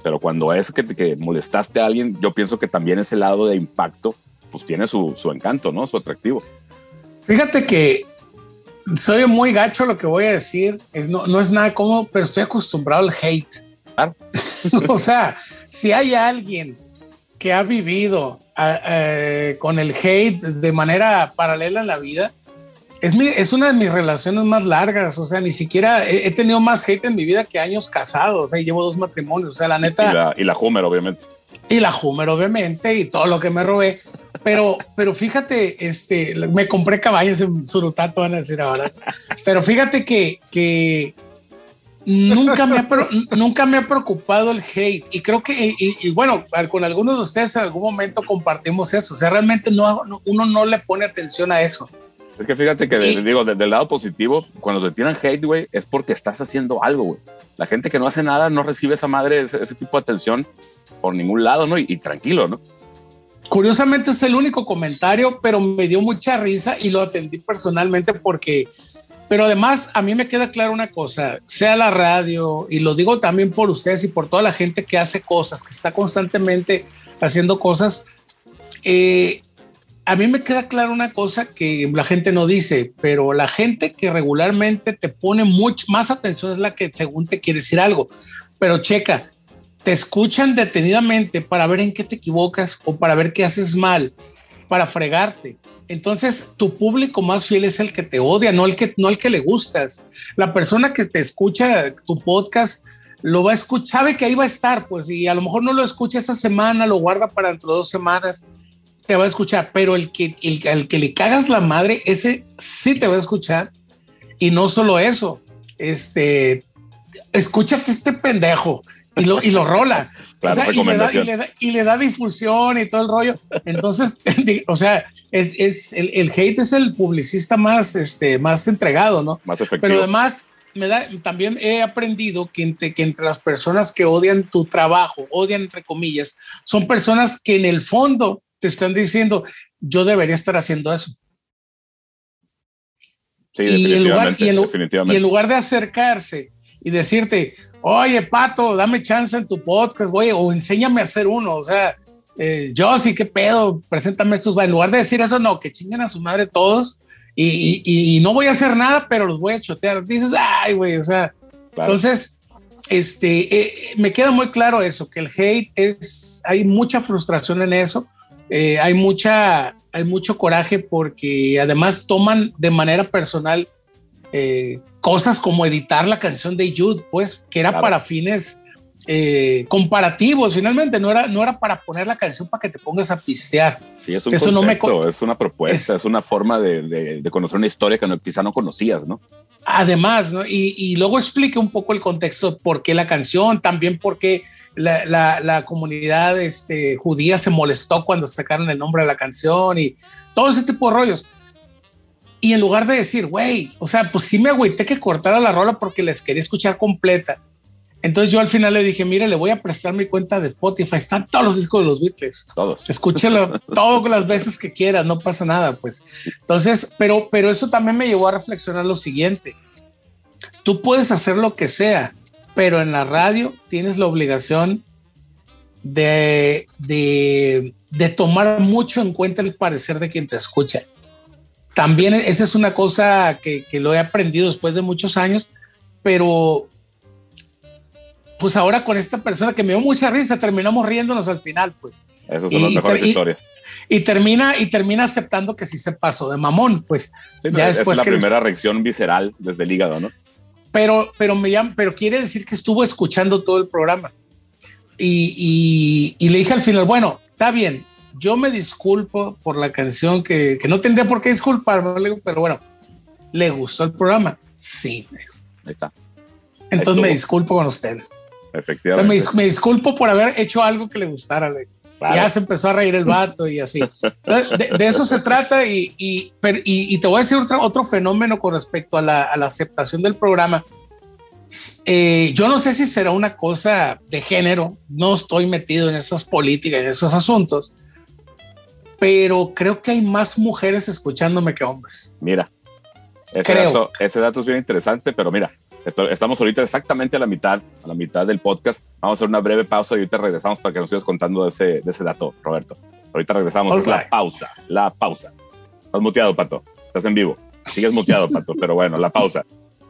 [SPEAKER 3] Pero cuando es que, que molestaste a alguien, yo pienso que también ese lado de impacto, pues tiene su, su encanto, ¿no? Su atractivo.
[SPEAKER 4] Fíjate que soy muy gacho lo que voy a decir, es, no, no es nada cómodo, pero estoy acostumbrado al hate. Claro. O sea, si hay alguien que ha vivido uh, uh, con el hate de manera paralela en la vida, es, mi, es una de mis relaciones más largas. O sea, ni siquiera he, he tenido más hate en mi vida que años casados. O sea, llevo dos matrimonios. O sea, la neta.
[SPEAKER 3] Y la, y la Hummer, obviamente.
[SPEAKER 4] Y la Hummer, obviamente, y todo lo que me robé. Pero, pero fíjate, este, me compré caballos en Surutato, van a decir ahora. Pero fíjate que, que nunca, me ha, nunca me ha preocupado el hate. Y creo que, y, y bueno, con algunos de ustedes en algún momento compartimos eso. O sea, realmente no, uno no le pone atención a eso.
[SPEAKER 3] Es que fíjate que, y, digo, desde el lado positivo, cuando te tiran hate, güey, es porque estás haciendo algo, güey. La gente que no hace nada no recibe esa madre, ese, ese tipo de atención por ningún lado, ¿no? Y, y tranquilo, ¿no?
[SPEAKER 4] Curiosamente es el único comentario, pero me dio mucha risa y lo atendí personalmente porque, pero además a mí me queda claro una cosa, sea la radio, y lo digo también por ustedes y por toda la gente que hace cosas, que está constantemente haciendo cosas, eh, a mí me queda claro una cosa que la gente no dice, pero la gente que regularmente te pone mucho más atención es la que según te quiere decir algo, pero checa, te escuchan detenidamente para ver en qué te equivocas o para ver qué haces mal, para fregarte. Entonces, tu público más fiel es el que te odia, no el que, no el que le gustas. La persona que te escucha tu podcast lo va a escuchar, sabe que ahí va a estar, pues, y a lo mejor no lo escucha esa semana, lo guarda para dentro de dos semanas, te va a escuchar, pero el que, el, el que le cagas la madre, ese sí te va a escuchar. Y no solo eso, este, escúchate este pendejo. Y lo, y lo rola. Claro, o sea, y, le da, y, le da, y le da difusión y todo el rollo. Entonces, o sea, es, es el, el hate es el publicista más, este, más entregado, ¿no?
[SPEAKER 3] Más efectivo.
[SPEAKER 4] Pero además, me da, también he aprendido que entre, que entre las personas que odian tu trabajo, odian entre comillas, son personas que en el fondo te están diciendo, yo debería estar haciendo eso.
[SPEAKER 3] Sí,
[SPEAKER 4] y, en lugar, y, en,
[SPEAKER 3] definitivamente.
[SPEAKER 4] y en lugar de acercarse y decirte, oye, Pato, dame chance en tu podcast, güey, o enséñame a hacer uno, o sea, eh, yo sí, qué pedo, preséntame estos, en lugar de decir eso, no, que chinguen a su madre todos, y, y, y no voy a hacer nada, pero los voy a chotear, dices, ay, güey, o sea, claro. Entonces, este, eh, me queda muy claro eso, que el hate es, hay mucha frustración en eso, eh, hay mucha, hay mucho coraje, porque además toman de manera personal eh, cosas como editar la canción de Jude, pues, que era claro. Para fines eh, comparativos, finalmente, no era, no era para poner la canción para que te pongas a pistear.
[SPEAKER 3] Sí, es un Eso concepto, no me... es una propuesta, es, es una forma de, de, de conocer una historia que no, quizá no conocías, ¿no?
[SPEAKER 4] Además, ¿no? Y, y luego explique un poco el contexto, por qué la canción, también por qué la, la, la comunidad este, judía se molestó cuando sacaron el nombre de la canción y todo ese tipo de rollos. Y en lugar de decir, güey, o sea, pues sí me agüité que cortara la rola porque les quería escuchar completa. Entonces yo al final le dije, mire, le voy a prestar mi cuenta de Spotify. Están todos los discos de los Beatles.
[SPEAKER 3] Todos.
[SPEAKER 4] Escúchelo todas las veces que quieras, no pasa nada, pues. Entonces, pero, pero eso también me llevó a reflexionar lo siguiente. Tú puedes hacer lo que sea, pero en la radio tienes la obligación de, de, de tomar mucho en cuenta el parecer de quien te escucha. También esa es una cosa que, que lo he aprendido después de muchos años, pero pues ahora con esta persona que me dio mucha risa, terminamos riéndonos al final, pues.
[SPEAKER 3] Esas son las mejores
[SPEAKER 4] y,
[SPEAKER 3] historias.
[SPEAKER 4] Y, y, termina, y termina aceptando que sí se pasó de mamón, pues.
[SPEAKER 3] Sí, ya es después la que primera reacción visceral desde el hígado, ¿no?
[SPEAKER 4] Pero, pero, me llama, pero quiere decir que estuvo escuchando todo el programa. Y, y, y le dije al final, bueno, está bien, yo me disculpo por la canción que, que no tendría por qué disculparme, pero bueno, ¿le gustó el programa? Sí.
[SPEAKER 3] Ahí está.
[SPEAKER 4] Entonces me disculpo con ustedes.
[SPEAKER 3] Efectivamente.
[SPEAKER 4] Entonces me, me disculpo por haber hecho algo que le gustara. Claro. Ya se empezó a reír el vato y así. Entonces, de, de eso se trata y, y, y, y te voy a decir otro, otro fenómeno con respecto a la, a la aceptación del programa. Eh, yo no sé si será una cosa de género, no estoy metido en esas políticas, en esos asuntos, pero creo que hay más mujeres escuchándome que hombres.
[SPEAKER 3] Mira, ese,
[SPEAKER 4] creo.
[SPEAKER 3] dato, ese dato es bien interesante, pero mira, Estamos ahorita exactamente a la mitad, a la mitad del podcast. Vamos a hacer una breve pausa y ahorita regresamos para que nos sigas contando de ese, de ese dato, Roberto. Ahorita regresamos. Es la pausa, la pausa. Estás muteado, Pato. Estás en vivo. Sigues muteado, Pato, pero bueno, la pausa.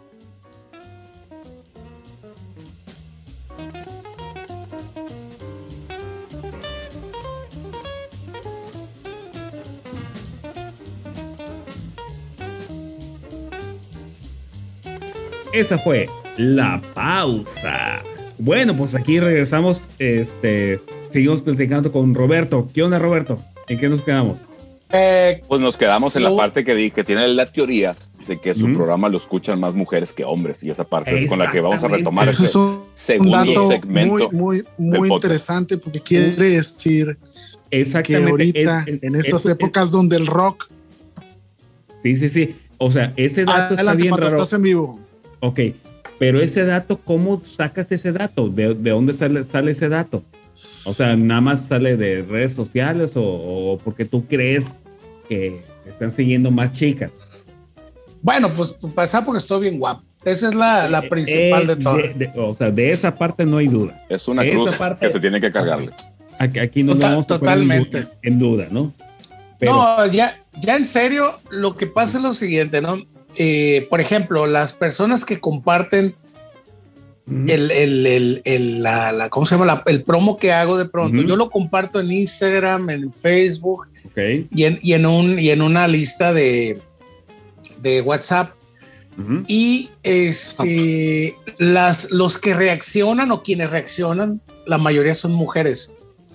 [SPEAKER 1] Esa fue la pausa. Bueno, pues aquí regresamos. Este, seguimos platicando con Roberto. ¿Qué onda, Roberto? ¿En qué nos quedamos?
[SPEAKER 3] Eh, pues nos quedamos en lo... la parte que, di, que tiene la teoría de que su uh-huh. programa lo escuchan más mujeres que hombres. Y esa parte es con la que vamos a retomar ese es un segundo
[SPEAKER 2] dato
[SPEAKER 3] segmento.
[SPEAKER 2] Muy, muy, muy interesante porque quiere decir que ahorita, es, es, en estas es, épocas es, donde el rock.
[SPEAKER 1] Sí, sí, sí. O sea, ese dato
[SPEAKER 2] Adelante,
[SPEAKER 1] está bien
[SPEAKER 2] Pato,
[SPEAKER 1] raro.
[SPEAKER 2] Estás en vivo.
[SPEAKER 1] Ok, pero ese dato, ¿cómo sacas ese dato? ¿De, de dónde sale, sale ese dato? O sea, ¿nada más sale de redes sociales o, o porque tú crees que están siguiendo más chicas?
[SPEAKER 4] Bueno, pues pasa porque estoy bien guapo. Esa es la, la principal es, de todas.
[SPEAKER 1] De, de, o sea, de esa parte no hay duda.
[SPEAKER 3] Es una
[SPEAKER 1] de
[SPEAKER 3] cruz que se tiene que cargarle.
[SPEAKER 1] Aquí, aquí no
[SPEAKER 4] Total,
[SPEAKER 1] vamos a
[SPEAKER 4] totalmente
[SPEAKER 1] en, en duda, ¿no?
[SPEAKER 4] Pero, no, ya, ya en serio, lo que pasa es lo siguiente, ¿no? Eh, por ejemplo, las personas que comparten mm. el, el, el, el, la, la, ¿cómo se llama? La, el promo que hago de pronto, mm-hmm. yo lo comparto en Instagram, en Facebook
[SPEAKER 1] okay.
[SPEAKER 4] y, en, y, en un, y en una lista de, de WhatsApp. Mm-hmm. Y este, las, los que reaccionan o quienes reaccionan, la mayoría son mujeres.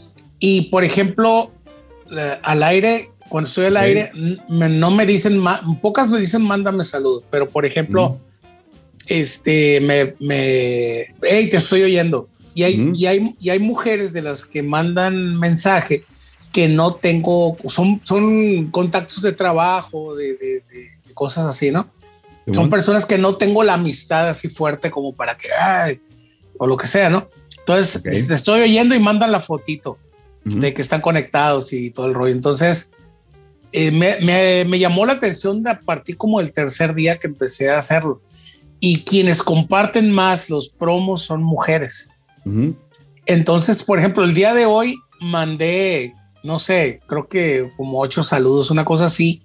[SPEAKER 4] Y por ejemplo, al aire... Cuando estoy al okay. aire, me, no me dicen, pocas me dicen, mándame saludos, pero por ejemplo, mm. este, me, me, hey, te estoy oyendo. Y hay, mm. y, hay, y hay mujeres de las que mandan mensaje que no tengo, son, son contactos de trabajo, de, de, de, de cosas así, ¿no? Son bueno. personas que no tengo la amistad así fuerte como para que, ay, o lo que sea, ¿no? Entonces, okay. te estoy oyendo y mandan la fotito mm. de que están conectados y todo el rollo. Entonces, Eh, me, me, me llamó la atención de a partir como el tercer día que empecé a hacerlo. Y quienes comparten más los promos son mujeres. Uh-huh. Entonces, por ejemplo, el día de hoy mandé, no sé, creo que como ocho saludos, una cosa así.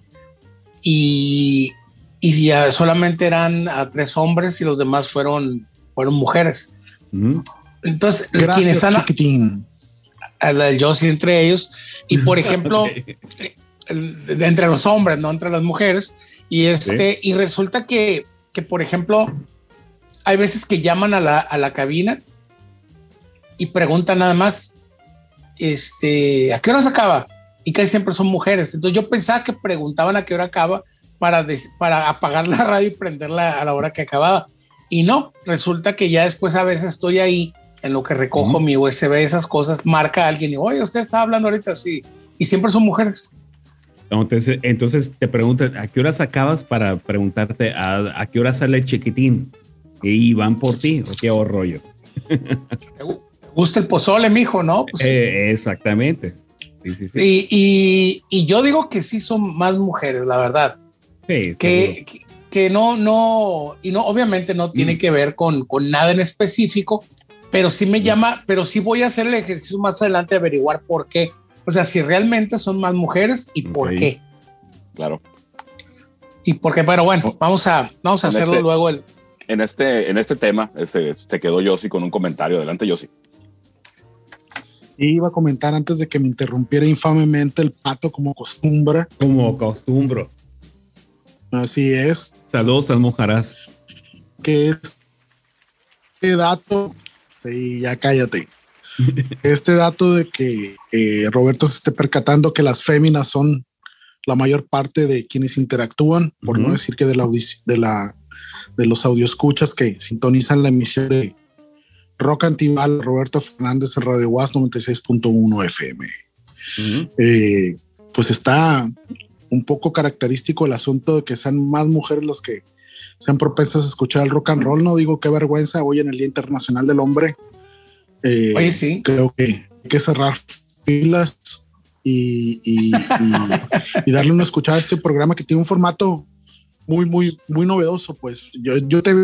[SPEAKER 4] Y, y ya solamente eran a tres hombres y los demás fueron, fueron mujeres. Uh-huh. Entonces,
[SPEAKER 2] gracias,
[SPEAKER 4] quienes han...
[SPEAKER 2] chiquitín.
[SPEAKER 4] A la del yo sí entre ellos. Y por ejemplo... okay. entre los hombres, no entre las mujeres, y este, sí. y resulta que, que, por ejemplo, hay veces que llaman a la, a la cabina y preguntan nada más, este, ¿a qué hora se acaba? Y casi siempre son mujeres. Entonces yo pensaba que preguntaban a qué hora acaba para, des, para apagar la radio y prenderla a la hora que acababa. Y no, resulta que ya después a veces estoy ahí en lo que recojo mm. mi U S B, esas cosas, marca a alguien y oye, usted estaba hablando ahorita así, y siempre son mujeres.
[SPEAKER 1] Entonces, entonces te preguntan, ¿a qué horas acabas? Para preguntarte, ¿a, a qué hora sale el chiquitín? Y van por ti, ¿o qué rollo?
[SPEAKER 4] ¿Te gusta el pozole, mijo, no? Pues,
[SPEAKER 1] eh, exactamente. Sí, sí, sí.
[SPEAKER 4] Y, y, y yo digo que sí son más mujeres, la verdad.
[SPEAKER 1] Sí,
[SPEAKER 4] que, que, que no, no, y no, obviamente no tiene mm. que ver con, con nada en específico, pero sí me mm. llama, pero sí voy a hacer el ejercicio más adelante de averiguar por qué. O sea, si realmente son más mujeres y por okay. qué.
[SPEAKER 3] Claro.
[SPEAKER 4] Y por qué, pero bueno, vamos a, vamos a hacerlo
[SPEAKER 3] este,
[SPEAKER 4] luego. El...
[SPEAKER 3] En, este, en este tema, este, se quedó Yossi con un comentario. Adelante, Yossi.
[SPEAKER 2] Sí, iba a comentar antes de que me interrumpiera infamemente el Pato como costumbre.
[SPEAKER 1] Como costumbro.
[SPEAKER 2] Así es.
[SPEAKER 1] Saludos al Mojarás.
[SPEAKER 2] Que es este dato. Sí, ya cállate. Este dato de que eh, Roberto se esté percatando que las féminas son la mayor parte de quienes interactúan, por uh-huh. no decir que de la, de la de los audioescuchas que sintonizan la emisión de Rock Antibal, Roberto Fernández en Radio Was noventa y seis punto uno F M. Uh-huh. Eh, pues está un poco característico el asunto de que sean más mujeres las que sean propensas a escuchar el rock and roll. No digo qué vergüenza hoy en el Día Internacional del Hombre. Eh,
[SPEAKER 4] Oye, sí.
[SPEAKER 2] Creo que hay que cerrar filas y, y, y, y darle una escuchada a este programa que tiene un formato muy, muy, muy novedoso. Pues yo, yo te he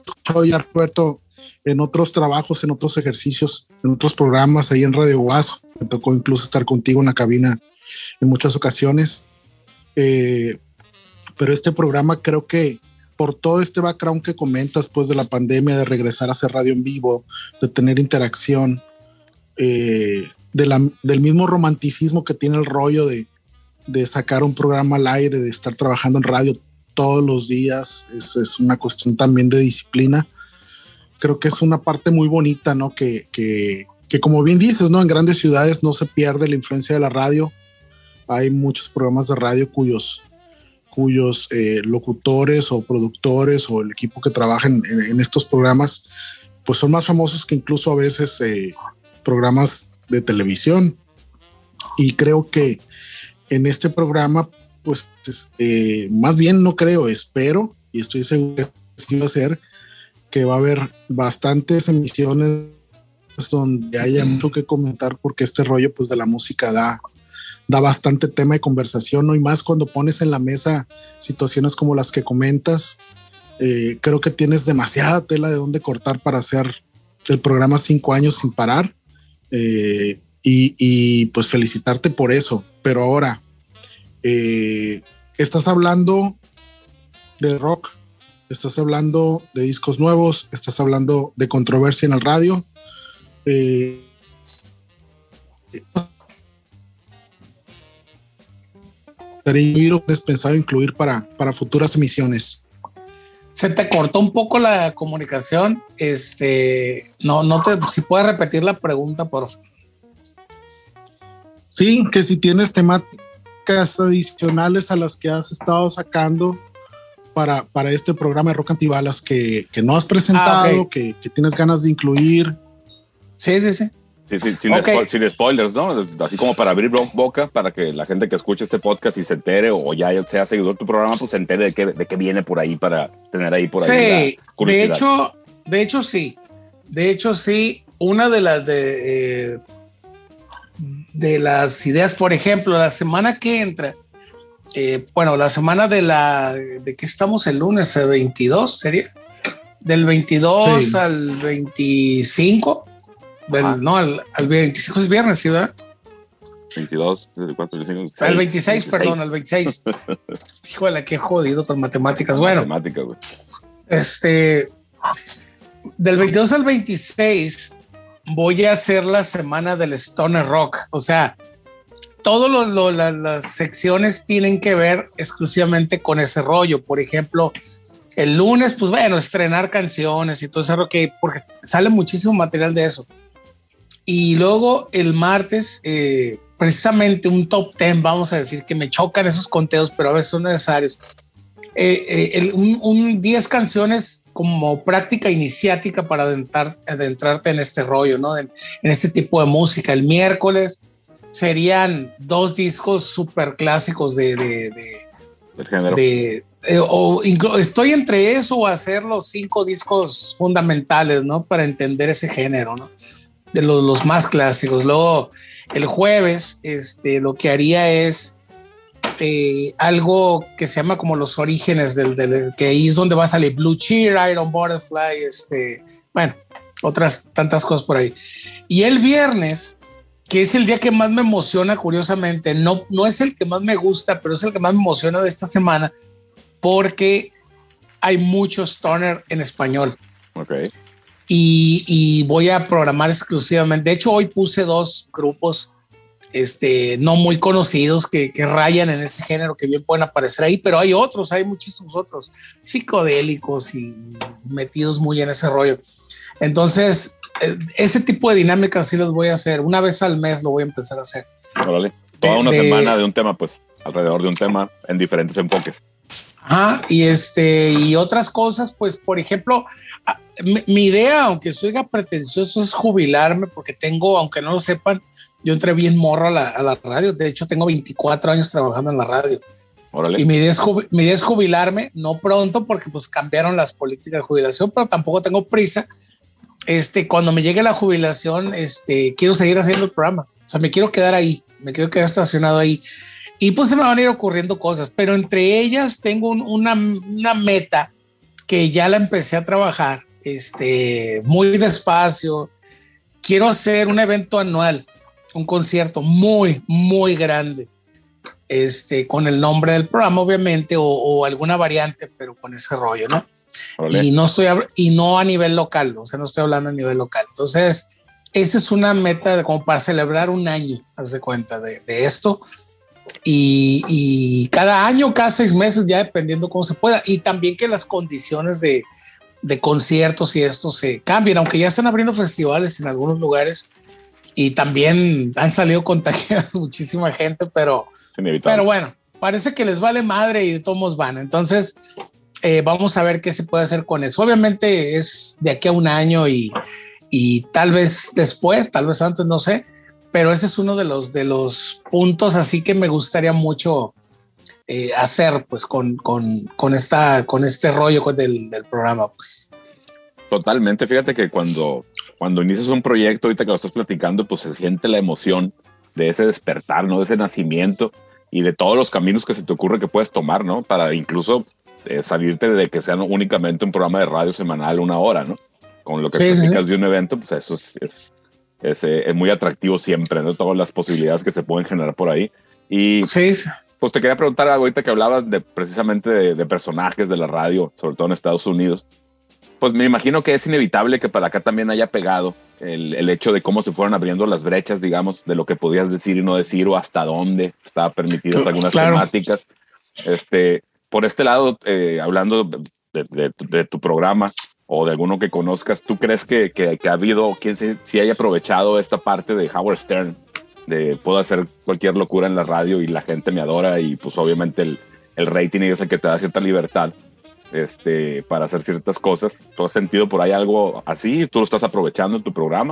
[SPEAKER 2] escuchado ya, Roberto, en otros trabajos, en otros ejercicios, en otros programas ahí en Radio Guaso. Me tocó incluso estar contigo en la cabina en muchas ocasiones. Eh, pero este programa creo que por todo este background que comentas, pues de la pandemia, de regresar a hacer radio en vivo, de tener interacción, eh, de la, del mismo romanticismo que tiene el rollo de, de sacar un programa al aire, de estar trabajando en radio todos los días, es, es una cuestión también de disciplina. Creo que es una parte muy bonita, ¿no? Que, que, que como bien dices, ¿no? En grandes ciudades no se pierde la influencia de la radio. Hay muchos programas de radio cuyos, cuyos eh, locutores o productores o el equipo que trabaja en, en, en estos programas, pues son más famosos que incluso a veces eh, programas de televisión. Y creo que en este programa, pues eh, más bien no creo, espero, y estoy seguro que sí va a ser, que va a haber bastantes emisiones donde haya mucho que comentar, porque este rollo pues de la música da, da bastante tema de conversación, ¿no? Y más cuando pones en la mesa situaciones como las que comentas, eh, creo que tienes demasiada tela de dónde cortar para hacer el programa cinco años sin parar, eh, y, y pues felicitarte por eso. Pero ahora, eh, estás hablando de rock, estás hablando de discos nuevos, estás hablando de controversia en el radio. Eh, ¿Has pensado incluir para, para futuras emisiones?
[SPEAKER 4] Se te cortó un poco la comunicación. Este, no, no te, si puedes repetir la pregunta, por favor.
[SPEAKER 2] Sí, que si tienes temáticas adicionales a las que has estado sacando para, para este programa de Rock Antibalas que, que no has presentado, ah, okay. que, que tienes ganas de incluir.
[SPEAKER 4] Sí, sí, sí.
[SPEAKER 3] Sí, sí, sin, okay. spo sin spoilers, ¿no? Así como para abrir boca, para que la gente que escuche este podcast y se entere, o ya sea seguidor de tu programa, pues se entere de qué, de qué viene por ahí, para tener ahí por ahí.
[SPEAKER 4] Sí, la de hecho, de hecho sí. De hecho sí, una de las de, eh, de las ideas, por ejemplo, la semana que entra, eh, bueno, la semana de la, de que estamos el lunes, el veintidós, ¿sería? Del veintidós sí. al veinticinco. Del, no, al, al veinticinco es viernes, ¿sí, verdad?
[SPEAKER 3] veintidós, veinticuatro, veinticinco,
[SPEAKER 4] al veintiséis, perdón, al veintiséis. Híjole, qué jodido con matemáticas. Bueno,
[SPEAKER 3] Matemática, güey.
[SPEAKER 4] Este, del veintidós al veintiséis voy a hacer la semana del Stoner Rock. O sea, todas lo, lo, la, las secciones tienen que ver exclusivamente con ese rollo. Por ejemplo, el lunes, pues bueno, estrenar canciones y todo eso, que, porque sale muchísimo material de eso. Y luego el martes, eh, precisamente un top ten, vamos a decir, que me chocan esos conteos, pero a veces son necesarios. Eh, eh, el, un, un diez canciones como práctica iniciática para adentrar, adentrarte en este rollo, ¿no? En, en este tipo de música. El miércoles serían dos discos súper clásicos de... de, de,
[SPEAKER 3] del género.
[SPEAKER 4] De, eh, o estoy entre eso o hacer los cinco discos fundamentales, ¿no? Para entender ese género, ¿no? De los, los más clásicos. Luego, el jueves, este, lo que haría es eh, algo que se llama como los orígenes del, del, que ahí es donde va a salir Blue Cheer, Iron Butterfly, este, bueno, otras tantas cosas por ahí. Y el viernes, que es el día que más me emociona, curiosamente, no, no es el que más me gusta, pero es el que más me emociona de esta semana, porque hay mucho stoner en español.
[SPEAKER 3] Ok.
[SPEAKER 4] Y, y voy a programar exclusivamente. De hecho, hoy puse dos grupos este, no muy conocidos que, que rayan en ese género, que bien pueden aparecer ahí, pero hay otros, hay muchísimos otros psicodélicos y metidos muy en ese rollo. Entonces, ese tipo de dinámicas sí las voy a hacer. Una vez al mes lo voy a empezar a hacer.
[SPEAKER 3] Órale. Toda
[SPEAKER 4] de,
[SPEAKER 3] una
[SPEAKER 4] de,
[SPEAKER 3] semana de un tema, pues, alrededor de un tema en diferentes enfoques.
[SPEAKER 4] Ajá, y este, y otras cosas, pues, por ejemplo, mi, mi idea, aunque soy pretencioso, es jubilarme, porque tengo, aunque no lo sepan, yo entré bien morro a la, a la radio. De hecho, tengo veinticuatro años trabajando en la radio.
[SPEAKER 3] Órale.
[SPEAKER 4] Y mi idea, es mi idea es jubilarme, no pronto, porque pues cambiaron las políticas de jubilación, pero tampoco tengo prisa. Este, cuando me llegue la jubilación, este, quiero seguir haciendo el programa. O sea, me quiero quedar ahí, me quiero quedar estacionado ahí. Y pues se me van a ir ocurriendo cosas, pero entre ellas tengo un, una, una meta que ya la empecé a trabajar, este, muy despacio. Quiero hacer un evento anual, un concierto muy, muy grande, este, con el nombre del programa, obviamente, o, o alguna variante, pero con ese rollo, ¿no? Olé. Y no estoy, y no a nivel local, o sea, no estoy hablando a nivel local. Entonces, esa es una meta de, como para celebrar un año, haz de cuenta de, de esto. Y, y cada año, cada seis meses, ya dependiendo cómo se pueda. Y también que las condiciones de, de conciertos y esto se cambien, aunque ya están abriendo festivales en algunos lugares y también han salido contagiados muchísima gente, pero, pero bueno, parece que les vale madre y de todos modos van. Entonces, eh, vamos a ver qué se puede hacer con eso. Obviamente es de aquí a un año y, y tal vez después, tal vez antes, no sé, pero ese es uno de los, de los puntos así que me gustaría mucho eh, hacer pues con, con, con, esta, con este rollo con del, del programa. Pues.
[SPEAKER 3] Totalmente, fíjate que cuando, cuando inicias un proyecto, ahorita que lo estás platicando, pues se siente la emoción de ese despertar, ¿no? De ese nacimiento y de todos los caminos que se te ocurre que puedes tomar, ¿no? Para incluso eh, salirte de que sea únicamente un programa de radio semanal, una hora, ¿no? Con lo que sí, platicas sí. de un evento, pues eso es... es Es, es muy atractivo siempre, ¿no? Todas las posibilidades que se pueden generar por ahí. Y
[SPEAKER 4] sí.
[SPEAKER 3] pues te quería preguntar algo ahorita que hablabas de precisamente de, de personajes de la radio, sobre todo en Estados Unidos. Pues me imagino que es inevitable que para acá también haya pegado el, el hecho de cómo se fueron abriendo las brechas, digamos, de lo que podías decir y no decir o hasta dónde estaban permitidas algunas claro. temáticas. Este, por este lado, eh, hablando de, de, de, de tu programa, o de alguno que conozcas, ¿tú crees que, que, que ha habido quien se, si haya aprovechado esta parte de Howard Stern, de puedo hacer cualquier locura en la radio y la gente me adora y pues obviamente el, el rating es el que te da cierta libertad este, para hacer ciertas cosas? ¿Tú has sentido por ahí algo así? ¿Tú lo estás aprovechando en tu programa?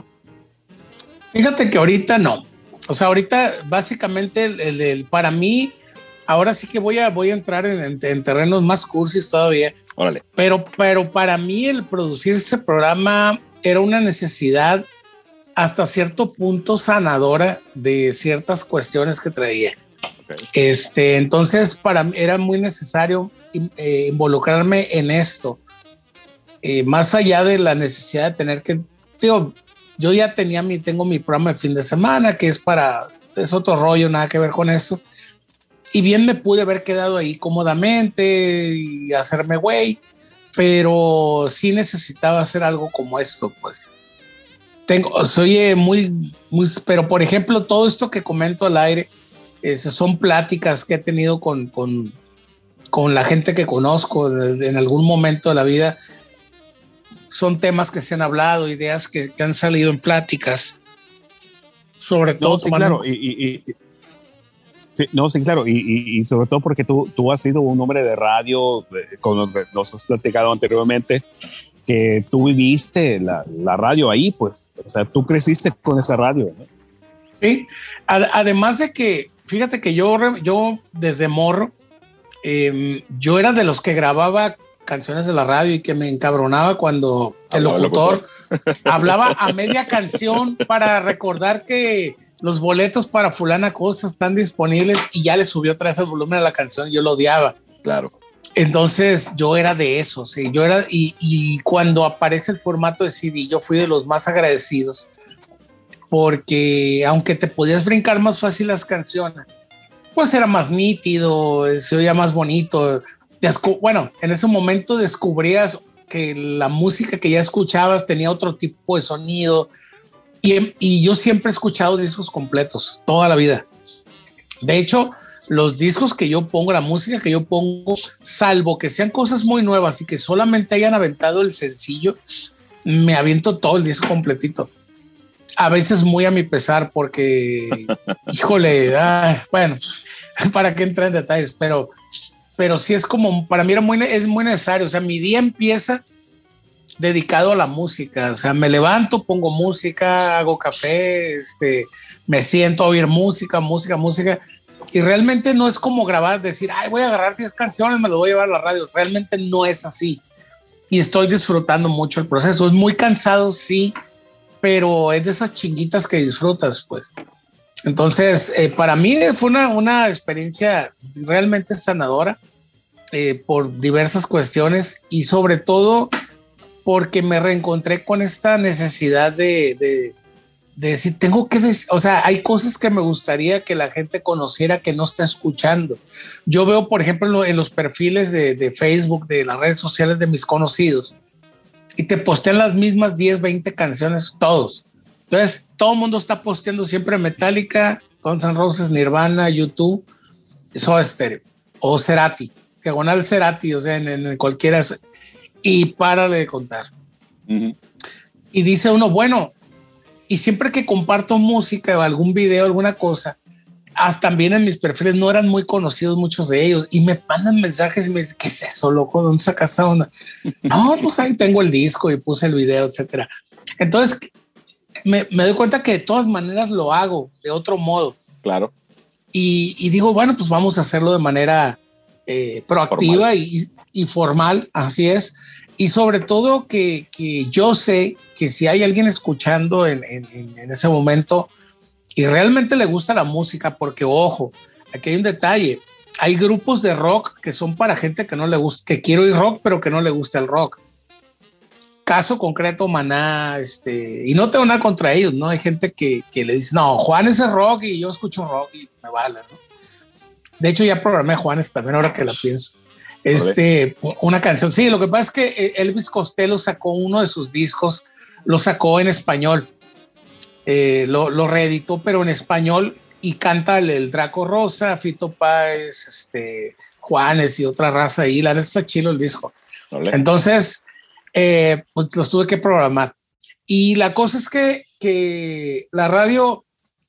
[SPEAKER 4] Fíjate que ahorita no. O sea, ahorita básicamente el, el, el, para mí, ahora sí que voy a, voy a entrar en, en, en terrenos más cursis todavía.
[SPEAKER 3] Órale.
[SPEAKER 4] Pero, pero para mí el producir ese programa era una necesidad hasta cierto punto sanadora de ciertas cuestiones que traía. Okay. Este, entonces para mí era muy necesario eh, involucrarme en esto. Eh, más allá de la necesidad de tener que, digo, yo ya tenía mi, tengo mi programa de fin de semana que es para, es otro rollo, nada que ver con eso. Y bien me pude haber quedado ahí cómodamente y hacerme güey, pero sí necesitaba hacer algo como esto, pues. Tengo, soy eh, muy, muy, pero por ejemplo, todo esto que comento al aire, eh, son pláticas que he tenido con, con, con la gente que conozco en algún momento de la vida. Son temas que se han hablado, ideas que, que han salido en pláticas, sobre todo
[SPEAKER 5] no, sí,
[SPEAKER 4] tomando...
[SPEAKER 5] Claro, y, y, y... Sí, no, sí, claro, y, y, y sobre todo porque tú, tú has sido un hombre de radio, como nos has platicado anteriormente, que tú viviste la, la radio ahí, pues, o sea, tú creciste con esa radio, ¿no?
[SPEAKER 4] Sí, Ad, además de que, fíjate que yo, yo desde morro, eh, yo era de los que grababa canciones de la radio y que me encabronaba cuando el locutor, locutor hablaba a media canción para recordar que los boletos para fulana cosa están disponibles y ya le subió otra vez el volumen a la canción. Yo lo odiaba.
[SPEAKER 3] Claro.
[SPEAKER 4] Entonces yo era de eso, sí, yo era, y, y cuando aparece el formato de C D, yo fui de los más agradecidos porque aunque te podías brincar más fácil las canciones, pues era más nítido, se oía más bonito. Descu- bueno, en ese momento descubrías que la música que ya escuchabas tenía otro tipo de sonido y, y yo siempre he escuchado discos completos toda la vida. De hecho, los discos que yo pongo, la música que yo pongo, salvo que sean cosas muy nuevas y que solamente hayan aventado el sencillo, me aviento todo el disco completito. A veces muy a mi pesar porque, híjole, ah, bueno, para que entre en detalles, pero... pero sí es como, para mí era muy, es muy necesario. O sea, mi día empieza dedicado a la música. O sea, me levanto, pongo música, hago café, este, me siento a oír música, música, música. Y realmente no es como grabar, decir, ay, voy a agarrar diez canciones, me lo voy a llevar a la radio. Realmente no es así. Y estoy disfrutando mucho el proceso. Es muy cansado, sí, pero es de esas chinguitas que disfrutas, pues. Entonces, eh, para mí fue una, una experiencia realmente sanadora. eh, por diversas cuestiones y sobre todo porque me reencontré con esta necesidad de, de, de decir, tengo que decir, o sea, hay cosas que me gustaría que la gente conociera que no está escuchando. Yo veo, por ejemplo, en los perfiles de, de Facebook, de las redes sociales de mis conocidos, y te postean las mismas diez, veinte canciones todos. Entonces, todo el mundo está posteando siempre Metallica, Guns N' Roses, Nirvana, U dos, Soda Stereo, o Cerati, diagonal Cerati, o sea, en, en cualquiera, y párale de contar. Uh-huh. Y dice uno, bueno, y siempre que comparto música o algún video, alguna cosa, hasta también en mis perfiles no eran muy conocidos muchos de ellos, y me mandan mensajes y me dicen, ¿qué es eso, loco? ¿Dónde sacas esa onda? No, pues ahí tengo el disco y puse el video, etcétera. Entonces, me, me doy cuenta que de todas maneras lo hago de otro modo.
[SPEAKER 3] Claro.
[SPEAKER 4] Y, y digo, bueno, pues vamos a hacerlo de manera eh, proactiva y, y formal, así es. Y sobre todo que, que yo sé que si hay alguien escuchando en, en, en ese momento y realmente le gusta la música, porque ojo, aquí hay un detalle, hay grupos de rock que son para gente que no le gusta, que quiere oír rock, pero que no le gusta el rock. Caso concreto, Maná, este, y no tengo nada contra ellos, ¿no? Hay gente que, que le dice, no, Juanes es rock y yo escucho rock y me vale, ¿no? De hecho, ya programé a Juanes también, ahora que la pienso. Este, una canción. Sí, lo que pasa es que Elvis Costello sacó uno de sus discos, lo sacó en español, eh, lo, lo reeditó, pero en español, y canta el, el Draco Rosa, Fito Páez, este, Juanes y otra raza ahí. La neta está chido el disco. Vale. Entonces, eh, pues los tuve que programar. Y la cosa es que, que la radio,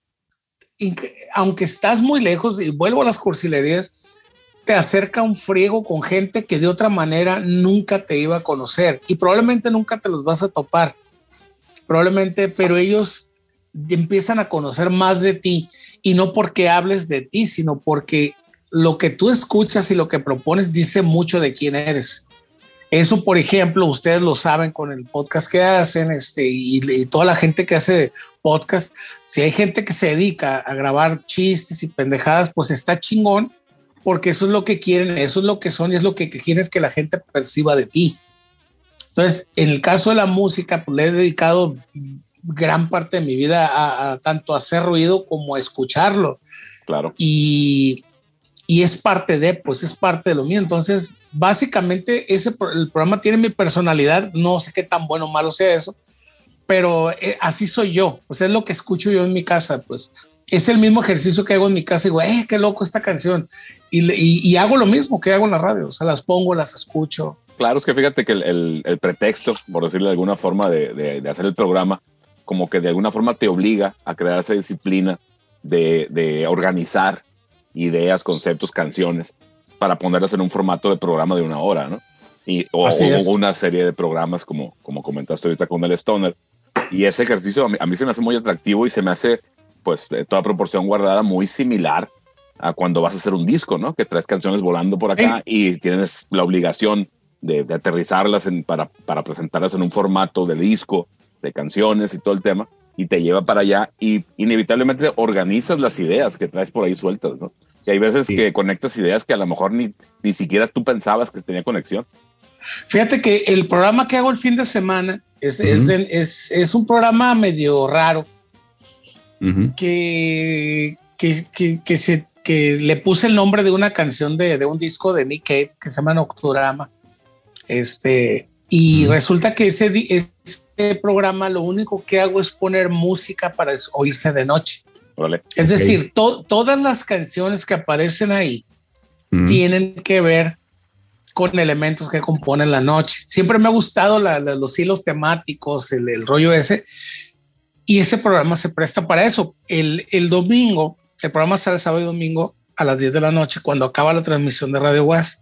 [SPEAKER 4] aunque estás muy lejos, y vuelvo a las cursilerías, te acerca un friego con gente que de otra manera nunca te iba a conocer y probablemente nunca te los vas a topar, probablemente, pero ellos empiezan a conocer más de ti, y no porque hables de ti, sino porque lo que tú escuchas y lo que propones dice mucho de quién eres. Eso, por ejemplo, ustedes lo saben con el podcast que hacen, este, y, y toda la gente que hace podcast. Si hay gente que se dedica a grabar chistes y pendejadas, pues está chingón, porque eso es lo que quieren, eso es lo que son y es lo que quieres que la gente perciba de ti. Entonces, en el caso de la música, pues le he dedicado gran parte de mi vida a, a tanto a hacer ruido como a escucharlo.
[SPEAKER 3] Claro.
[SPEAKER 4] Y, y es parte de, pues es parte de lo mío. Entonces, básicamente, ese, el programa tiene mi personalidad. No sé qué tan bueno o malo sea eso, pero eh, así soy yo. Pues es lo que escucho yo en mi casa, pues. Es el mismo ejercicio que hago en mi casa y digo, eh, qué loco esta canción. Y, y, y hago lo mismo que hago en la radio. O sea, las pongo, las escucho.
[SPEAKER 3] Claro, es que fíjate que el, el, el pretexto, por decirlo de alguna forma, de, de, de hacer el programa, como que de alguna forma te obliga a crear esa disciplina de, de organizar ideas, conceptos, canciones, para ponerlas en un formato de programa de una hora, ¿no? Y, o, o una serie de programas, como, como comentaste ahorita con el Stoner. Y ese ejercicio a mí, a mí se me hace muy atractivo y se me hace, pues, de toda proporción guardada, muy similar a cuando vas a hacer un disco, ¿no? Que traes canciones volando por acá, sí, y tienes la obligación de, de aterrizarlas en, para, para presentarlas en un formato de disco, de canciones y todo el tema, y te lleva para allá y inevitablemente organizas las ideas que traes por ahí sueltas, ¿no? Y hay veces sí, que conectas ideas que a lo mejor ni, ni siquiera tú pensabas que tenía conexión.
[SPEAKER 4] Fíjate que el programa que hago el fin de semana es, uh-huh. es, de, es, es un programa medio raro, uh-huh. que, que, que, que, se, que le puse el nombre de una canción de, de un disco de Nick Cave que se llama Nocturama. Este, y uh-huh. resulta que ese, ese programa lo único que hago es poner música para oírse de noche.
[SPEAKER 3] Vale.
[SPEAKER 4] Es okay. decir, to, todas las canciones que aparecen ahí uh-huh. tienen que ver con elementos que componen la noche. Siempre me ha gustado la, la, los hilos temáticos, el, el rollo ese, y ese programa se presta para eso. El, el domingo, el programa sale sábado y domingo a las diez de la noche, cuando acaba la transmisión de Radio Guas.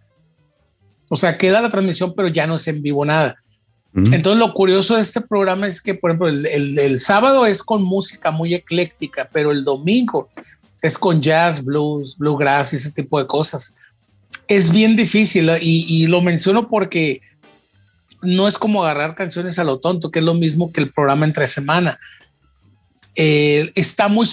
[SPEAKER 4] O sea, queda la transmisión, pero ya no es en vivo nada. Uh-huh. Entonces, lo curioso de este programa es que, por ejemplo, el, el, el sábado es con música muy ecléctica, pero el domingo es con jazz, blues, bluegrass y ese tipo de cosas. Es bien difícil, y, y lo menciono porque no es como agarrar canciones a lo tonto, que es lo mismo que el programa entre semana. Eh, está muy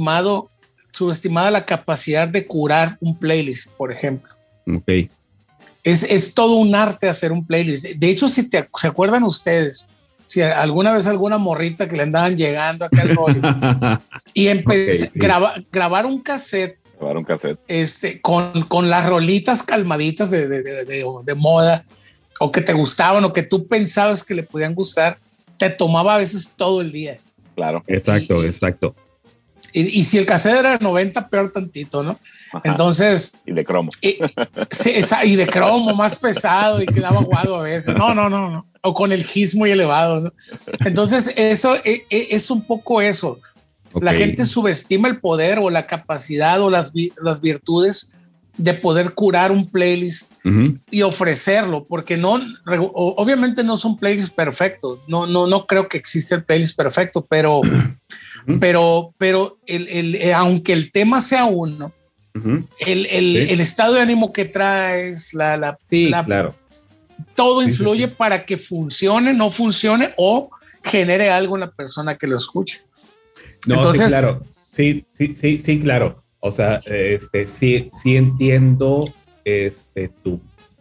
[SPEAKER 4] subestimado, subestimada la capacidad de curar un playlist, por ejemplo.
[SPEAKER 1] Ok.
[SPEAKER 4] es, es todo un arte hacer un playlist. De hecho, si te, se acuerdan ustedes, si alguna vez alguna morrita que le andaban llegando acá al rollo y empecé a okay, graba, sí. grabar un cassette,
[SPEAKER 3] grabar un cassette
[SPEAKER 4] este, con, con las rolitas calmaditas de, de, de, de, de moda, o que te gustaban, o que tú pensabas que le podían gustar, te tomaba a veces todo el día.
[SPEAKER 3] Claro.
[SPEAKER 1] Exacto,
[SPEAKER 4] y,
[SPEAKER 1] exacto.
[SPEAKER 4] Y, y si el cassette era de noventa, peor tantito, ¿no? Ajá. Entonces.
[SPEAKER 3] Y de cromo.
[SPEAKER 4] Y, sí, esa, y de cromo, más pesado, y quedaba aguado a veces. No, no, no, no. O con el gis muy elevado, ¿no? Entonces, eso es, es un poco eso. Okay. La gente subestima el poder o la capacidad o las, las virtudes de poder curar un playlist uh-huh. y ofrecerlo, porque no, obviamente no son playlists perfectos. No, no, no creo que exista el playlist perfecto, pero, uh-huh. pero, pero el, el, aunque el tema sea uno, uh-huh. el, el, sí. el estado de ánimo que traes, la, la,
[SPEAKER 1] sí,
[SPEAKER 4] la
[SPEAKER 1] claro.
[SPEAKER 4] todo
[SPEAKER 1] sí,
[SPEAKER 4] influye
[SPEAKER 1] sí, sí.
[SPEAKER 4] para que funcione, no funcione o genere algo en la persona que lo escuche.
[SPEAKER 1] No,
[SPEAKER 4] Entonces,
[SPEAKER 1] sí, claro. Sí, sí, sí, sí, claro. O sea, este, sí, sí entiendo este, tu,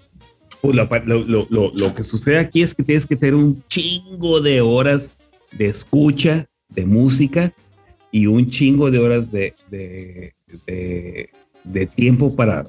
[SPEAKER 1] lo, lo, lo, lo que sucede aquí es que tienes que tener un chingo de horas de escucha de música y un chingo de horas de, de, de, de tiempo para,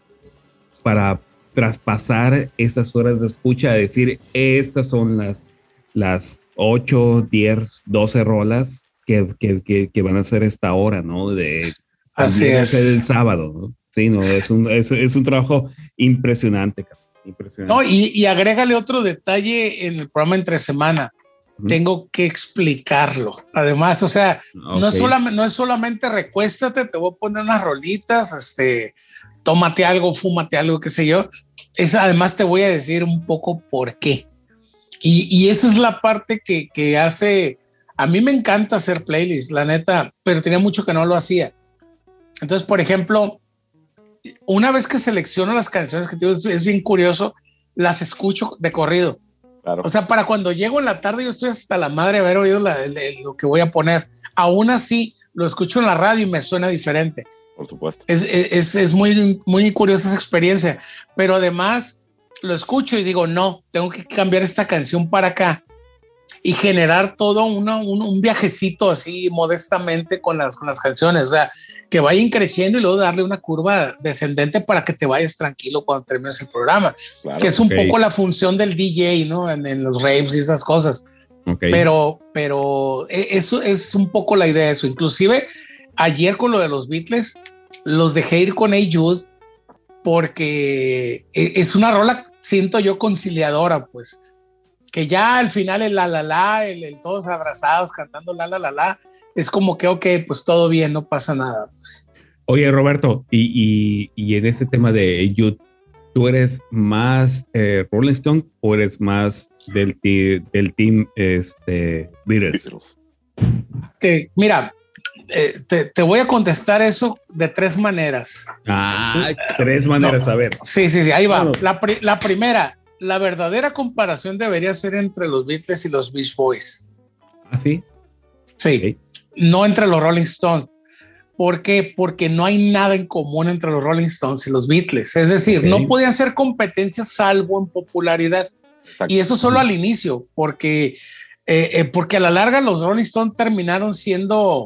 [SPEAKER 1] para traspasar estas horas de escucha, a decir, estas son las, las ocho, diez, doce rolas que, que, que, que van a ser esta hora, ¿no? De
[SPEAKER 4] Así es.
[SPEAKER 1] El sábado, ¿no? Sí, no, es un, es, es un trabajo impresionante, impresionante.
[SPEAKER 4] No, y, y agrégale otro detalle en el programa entre semana. Uh-huh. Tengo que explicarlo. Además, o sea, okay. no, es solamente, no es solamente recuéstate, te voy a poner unas rolitas, este, tómate algo, fúmate algo, qué sé yo. Es, además, te voy a decir un poco por qué. Y, y esa es la parte que, que hace. A mí me encanta hacer playlists, la neta, pero tenía mucho que no lo hacía. Entonces, por ejemplo, una vez que selecciono las canciones que tengo, es bien curioso, las escucho de corrido. Claro. O sea, para cuando llego en la tarde, yo estoy hasta la madre de haber oído la, la, lo que voy a poner. Aún así, lo escucho en la radio y me suena diferente.
[SPEAKER 3] Por supuesto.
[SPEAKER 4] Es, es, es muy, muy curiosa esa experiencia. Pero además, lo escucho y digo, no, tengo que cambiar esta canción para acá. Y generar todo una, un, un viajecito así modestamente con las, con las canciones, o sea, que vayan creciendo y luego darle una curva descendente para que te vayas tranquilo cuando termines el programa, claro, que es un okay. poco la función del D J, ¿no? En, en los raves y esas cosas. Okay. Pero, pero eso es un poco la idea de eso. Inclusive ayer con lo de los Beatles, los dejé ir con Hey Jude porque es una rola, siento yo, conciliadora, pues. Que ya al final el la la la, el, el todos abrazados cantando la la la la, es como que ok, pues todo bien, no pasa nada. Pues.
[SPEAKER 1] Oye, Roberto, y, y, y en ese tema de Youth, ¿tú eres más eh, Rolling Stone o eres más del, del team este, Beatles?
[SPEAKER 4] Te, mira, eh, te, te voy a contestar eso de tres maneras.
[SPEAKER 1] Ah, tres maneras, no, a ver.
[SPEAKER 4] Sí, sí, sí, ahí va. Bueno. La, la primera. La verdadera comparación debería ser entre los Beatles y los Beach Boys.
[SPEAKER 1] ¿Ah, sí?
[SPEAKER 4] Sí, okay. No entre los Rolling Stones. ¿Por qué? Porque no hay nada en común entre los Rolling Stones y los Beatles. Es decir, okay. no podían ser competencias salvo en popularidad. Exacto. Y eso solo al inicio, porque, eh, eh, porque a la larga los Rolling Stones terminaron siendo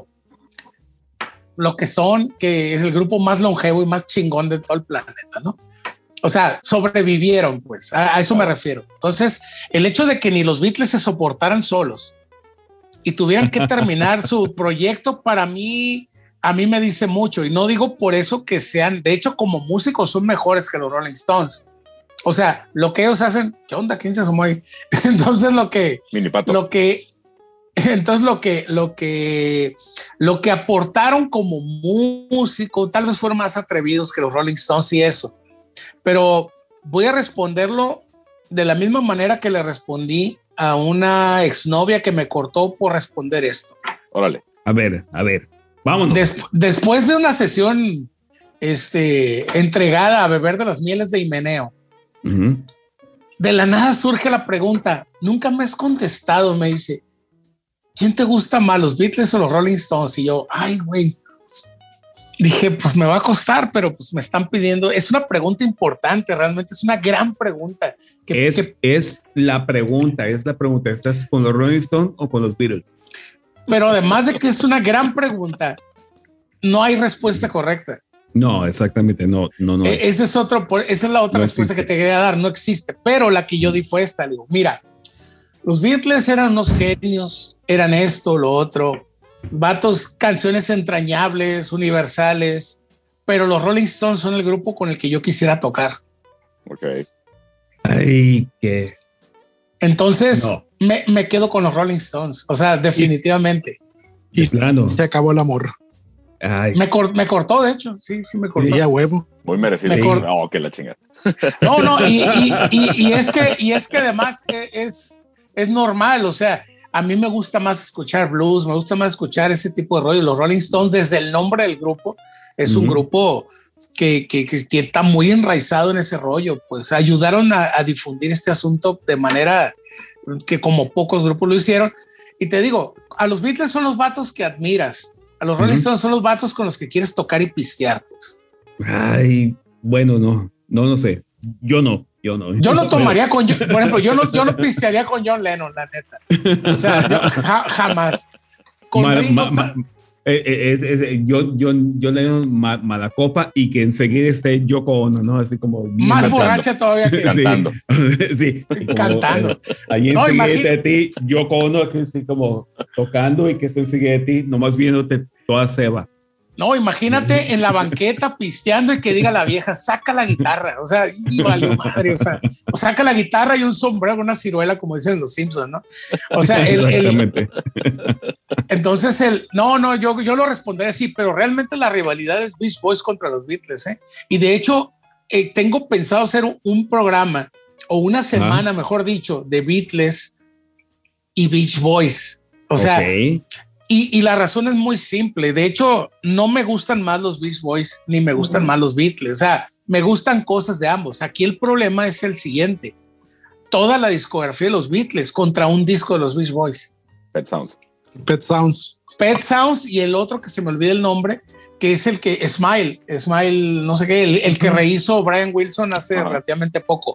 [SPEAKER 4] lo que son, que es el grupo más longevo y más chingón de todo el planeta, ¿no? O sea, sobrevivieron, pues, a, a eso me refiero. Entonces, el hecho de que ni los Beatles se soportaran solos y tuvieran que terminar su proyecto, para mí, a mí me dice mucho. Y no digo por eso que sean, de hecho, como músicos son mejores que los Rolling Stones. O sea, lo que ellos hacen, ¿qué onda? ¿Quién se asomó ahí? Entonces, lo que, lo que, entonces lo que, lo que, lo que aportaron como músico, tal vez fueron más atrevidos que los Rolling Stones y eso. Pero voy a responderlo de la misma manera que le respondí a una exnovia que me cortó por responder esto.
[SPEAKER 3] Órale.
[SPEAKER 1] A ver, a ver, vámonos. Des,
[SPEAKER 4] después de una sesión este, entregada a beber de las mieles de Himeneo, uh-huh. de la nada surge la pregunta, nunca me has contestado, me dice, ¿quién te gusta más, los Beatles o los Rolling Stones? Y yo, ay, güey, dije, pues me va a costar, pero pues me están pidiendo. Es una pregunta importante, realmente es una gran pregunta.
[SPEAKER 1] Que, es, que, es la pregunta, es la pregunta. ¿Estás con los Rolling Stones o con los Beatles?
[SPEAKER 4] Pero además de que es una gran pregunta, no hay respuesta correcta.
[SPEAKER 1] No, exactamente, no, no, no.
[SPEAKER 4] E- ese es otro, esa es la otra
[SPEAKER 1] no
[SPEAKER 4] respuesta
[SPEAKER 1] existe.
[SPEAKER 4] que te quería dar, no existe. Pero la que yo di fue esta, le digo, mira, los Beatles eran unos genios, eran esto, lo otro, vatos, canciones entrañables, universales, pero los Rolling Stones son el grupo con el que yo quisiera tocar.
[SPEAKER 3] Ok.
[SPEAKER 1] Ay, qué.
[SPEAKER 4] Entonces
[SPEAKER 1] no.
[SPEAKER 4] me, me quedo con los Rolling Stones, o sea, definitivamente.
[SPEAKER 1] Y plano.
[SPEAKER 2] Se acabó el amor.
[SPEAKER 1] Ay.
[SPEAKER 4] Me, cor, me cortó, de hecho, sí, sí me cortó.
[SPEAKER 2] Y a huevo.
[SPEAKER 3] Muy merecido.
[SPEAKER 4] Me cor-
[SPEAKER 3] Oh, que la chingada.
[SPEAKER 4] No, no, y, y, y, y, es que, y es que además es, es normal, o sea, a mí me gusta más escuchar blues, me gusta más escuchar ese tipo de rollo. Los Rolling Stones, desde el nombre del grupo, es uh-huh. un grupo que, que, que, que está muy enraizado en ese rollo, pues ayudaron a, a difundir este asunto de manera que como pocos grupos lo hicieron. Y te digo, a los Beatles son los vatos que admiras, a los Rolling uh-huh. Stones son los vatos con los que quieres tocar y pistear, pues.
[SPEAKER 1] Ay, bueno, no, no, no sé. Yo no, yo no.
[SPEAKER 4] Yo no tomaría con, por ejemplo, yo no, yo no pistearía con John Lennon, la neta. O sea, yo ja, jamás. Con
[SPEAKER 1] ma,
[SPEAKER 4] Ringo,
[SPEAKER 1] ma, ma, es, es, es, yo, yo, yo Lennon ma, mala copa y que enseguida esté Yoko Ono, ¿no? Así como
[SPEAKER 4] más cantando. Borracha todavía que
[SPEAKER 3] cantando.
[SPEAKER 1] Sí, sí como,
[SPEAKER 4] cantando.
[SPEAKER 1] Eh, ahí
[SPEAKER 4] no,
[SPEAKER 1] enseguida
[SPEAKER 4] imagín...
[SPEAKER 1] de ti, Yoko Ono, que esté como tocando y que esté enseguida de ti, nomás viéndote toda ceba.
[SPEAKER 4] No, imagínate en la banqueta pisteando y que diga la vieja, saca la guitarra, o sea, y vale madre, o sea, o saca la guitarra y un sombrero, una ciruela, como dicen los Simpsons, ¿no? O sea, el, el, entonces el, no, no, yo, yo lo responderé así, pero realmente la rivalidad es Beach Boys contra los Beatles, ¿eh? Y de hecho, eh, tengo pensado hacer un, un programa, o una semana, ah. mejor dicho, de Beatles y Beach Boys, o sea...
[SPEAKER 1] Okay.
[SPEAKER 4] Y, y la razón es muy simple. De hecho, no me gustan más los Beach Boys ni me gustan uh-huh. más los Beatles. O sea, me gustan cosas de ambos. Aquí el problema es el siguiente. Toda la discografía de los Beatles contra un disco de los Beach Boys.
[SPEAKER 3] Pet Sounds.
[SPEAKER 2] Pet Sounds.
[SPEAKER 4] Pet Sounds y el otro que se me olvida el nombre, que es el que Smile, Smile, no sé qué, el, el que rehizo Brian Wilson hace uh-huh. relativamente poco.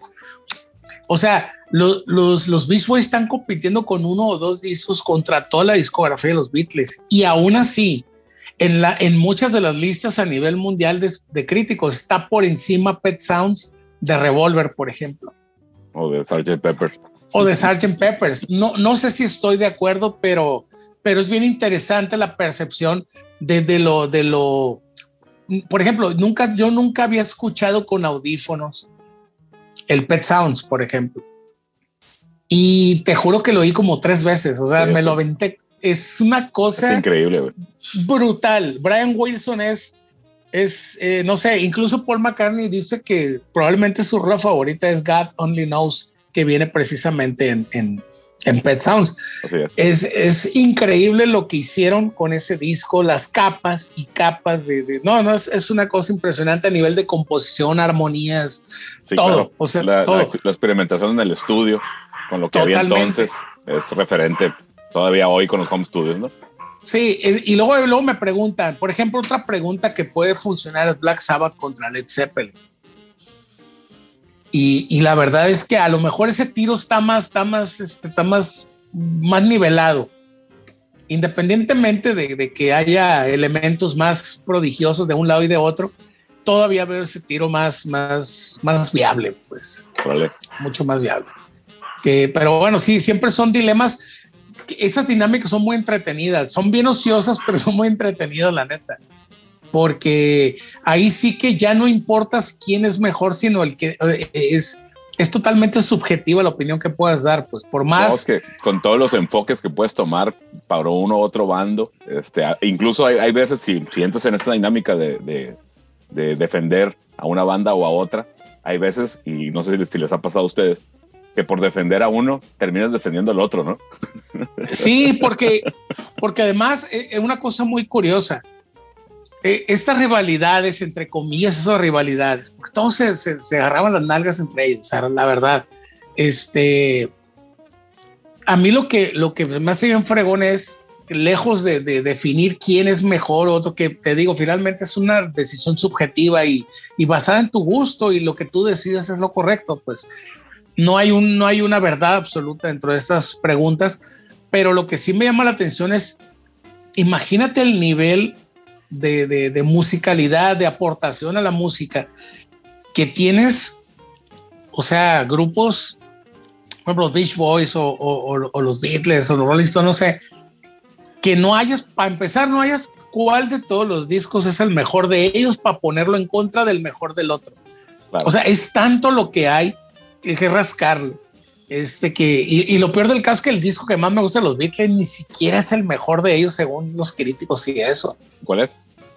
[SPEAKER 4] O sea, los, los, los Beach Boys están compitiendo con uno o dos discos contra toda la discografía de los Beatles. Y aún así, en, la, en muchas de las listas a nivel mundial de, de críticos, está por encima Pet Sounds de Revolver, por ejemplo.
[SPEAKER 3] O de sergeant Pepper.
[SPEAKER 4] O de sergeant Peppers. No, no sé si estoy de acuerdo, pero, pero es bien interesante la percepción de, de, lo, de lo... Por ejemplo, nunca, yo nunca había escuchado con audífonos el Pet Sounds, por ejemplo. Y te juro que lo oí como tres veces. O sea, sí, me sí. lo aventé. Es una cosa
[SPEAKER 3] es increíble, güey.
[SPEAKER 4] Brutal. Brian Wilson es, es eh, no sé, incluso Paul McCartney dice que probablemente su rola favorita es God Only Knows, que viene precisamente en, en, en Pet Sounds. Es. Es, es increíble lo que hicieron con ese disco, las capas y capas de... de no, no, es, es una cosa impresionante a nivel de composición, armonías, sí, todo. Claro. O sea,
[SPEAKER 3] la,
[SPEAKER 4] todo.
[SPEAKER 3] La, la experimentación en el estudio, con lo que Totalmente. Había entonces, es referente todavía hoy con los home studios, ¿no?
[SPEAKER 4] Sí, y luego, luego me preguntan, por ejemplo, otra pregunta que puede funcionar es Black Sabbath contra Led Zeppelin. Y, y la verdad es que a lo mejor ese tiro está más, está más, está más, más nivelado. Independientemente de, de que haya elementos más prodigiosos de un lado y de otro, todavía veo ese tiro más, más, más viable, pues.
[SPEAKER 3] Vale.
[SPEAKER 4] Mucho más viable. Que, pero bueno, sí, siempre son dilemas. Esas dinámicas son muy entretenidas, son bien ociosas, pero son muy entretenidas, la neta. Porque ahí sí que ya no importas quién es mejor, sino el que es, es totalmente subjetiva la opinión que puedas dar, pues por más...
[SPEAKER 3] No, es que con todos los enfoques que puedes tomar para uno u otro bando, este, incluso hay, hay veces si, si entras en esta dinámica de, de, de defender a una banda o a otra, hay veces, y no sé si, si les ha pasado a ustedes, que por defender a uno terminas defendiendo al otro, ¿no?
[SPEAKER 4] Sí, porque, porque además es una cosa muy curiosa. Estas rivalidades, entre comillas, esas rivalidades, porque todos se, se, se agarraban las nalgas entre ellos, o sea, la verdad. Este, a mí lo que, lo que me hace bien fregón es lejos de, de definir quién es mejor o otro, que te digo, finalmente es una decisión subjetiva y, y basada en tu gusto, y lo que tú decidas es lo correcto, pues no hay, un, no hay una verdad absoluta dentro de estas preguntas, pero lo que sí me llama la atención es, imagínate el nivel de, de, de musicalidad, de aportación a la música que tienes, o sea, grupos, por ejemplo, los Beach Boys o, o, o los Beatles o los Rolling Stones, no sé, que no hayas, para empezar, no hayas cuál de todos los discos es el mejor de ellos para ponerlo en contra del mejor del otro. Claro. O sea, es tanto lo que hay que, que rascarle. Este que, y, y lo peor del caso es que el disco que más me gusta de los Beatles ni siquiera es el mejor de ellos según los críticos y eso.
[SPEAKER 3] ¿Cuál es?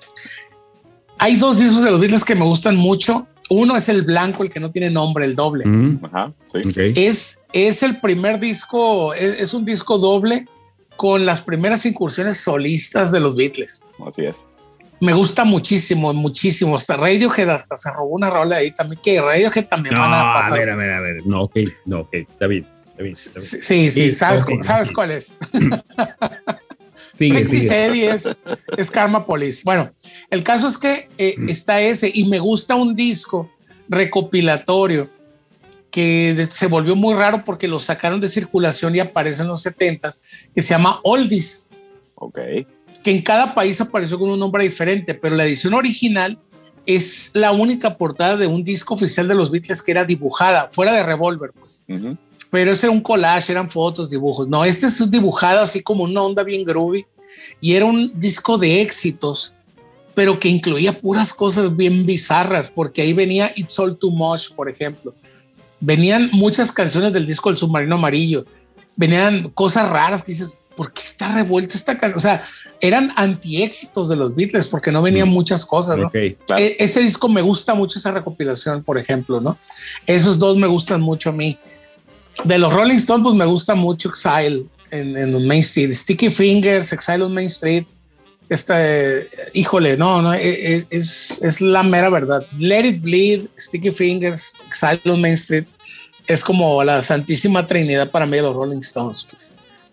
[SPEAKER 4] Hay dos discos de los Beatles que me gustan mucho. Uno es el blanco, el que no tiene nombre, el doble.
[SPEAKER 3] Mm. Ajá, sí.
[SPEAKER 1] Okay.
[SPEAKER 4] Es, es el primer disco, es, es un disco doble con las primeras incursiones solistas de los Beatles.
[SPEAKER 3] Así es.
[SPEAKER 4] Me gusta muchísimo, muchísimo. Hasta Radiohead hasta se robó una rola ahí también, que Radiohead también
[SPEAKER 1] no,
[SPEAKER 4] van a pasar.
[SPEAKER 1] A ver, a ver, a ver. No, ok, no, ok. David, David, David.
[SPEAKER 4] Sí, sí, sí, sabes, okay, sabes okay. cuál es. Sigue, Sexy sigue. Sadie es, es Karma Police. Bueno, el caso es que eh, mm. está ese, y me gusta un disco recopilatorio que se volvió muy raro porque lo sacaron de circulación y aparece en los setentas, que se llama Oldies.
[SPEAKER 3] Ok.
[SPEAKER 4] Que en cada país apareció con un nombre diferente, pero la edición original es la única portada de un disco oficial de los Beatles que era dibujada, fuera de Revolver, pues. Uh-huh. Pero ese era un collage, eran fotos, dibujos. No, este es dibujado así como una onda bien groovy, y era un disco de éxitos, pero que incluía puras cosas bien bizarras, porque ahí venía It's All Too Much, por ejemplo. Venían muchas canciones del disco El Submarino Amarillo, venían cosas raras que dices, ¿por qué está revuelta esta canción? O sea, eran anti-éxitos de los Beatles porque no venían mm. muchas cosas, ¿no?
[SPEAKER 1] Okay, claro.
[SPEAKER 4] E- ese disco me gusta mucho, esa recopilación, por ejemplo, ¿no? Esos dos me gustan mucho a mí. De los Rolling Stones, pues me gusta mucho Exile en, en Main Street, Sticky Fingers, Exile on Main Street. Este, híjole, no, no, es, es, es la mera verdad. Let It Bleed, Sticky Fingers, Exile on Main Street, es como la santísima trinidad para mí de los Rolling Stones, pues.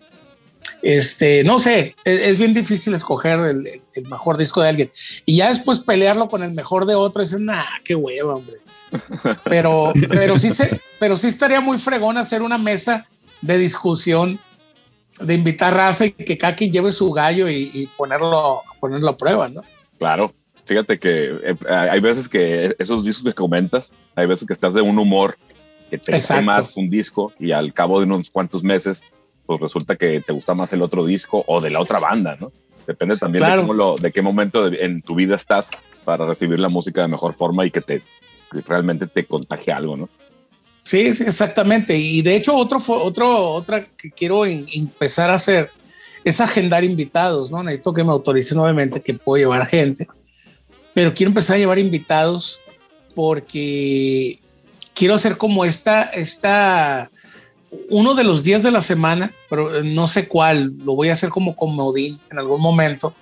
[SPEAKER 4] Este, no sé, es, es bien difícil escoger el, el mejor disco de alguien y ya después pelearlo con el mejor de otro. Es nah, qué hueva, hombre. Pero, pero sí se, pero sí estaría muy fregón hacer una mesa de discusión, de invitar raza y que cada quien lleve su gallo y, y ponerlo, ponerlo a prueba, ¿no?
[SPEAKER 3] Claro. Fíjate que eh, hay veces que esos discos que comentas, hay veces que estás de un humor que te gusta más un disco y al cabo de unos cuantos meses pues resulta que te gusta más el otro disco o de la otra banda, ¿no? Depende también claro. de, cómo lo, de qué momento de, en tu vida estás para recibir la música de mejor forma y que, te, que realmente te contagie algo, ¿no?
[SPEAKER 4] Sí, sí, exactamente. Y de hecho, otro, otro, otra que quiero in, empezar a hacer es agendar invitados, ¿no? Necesito que me autoricen, obviamente, que puedo llevar gente, pero quiero empezar a llevar invitados porque quiero hacer como esta, esta, uno de los días de la semana, pero no sé cuál, lo voy a hacer como comodín en algún momento,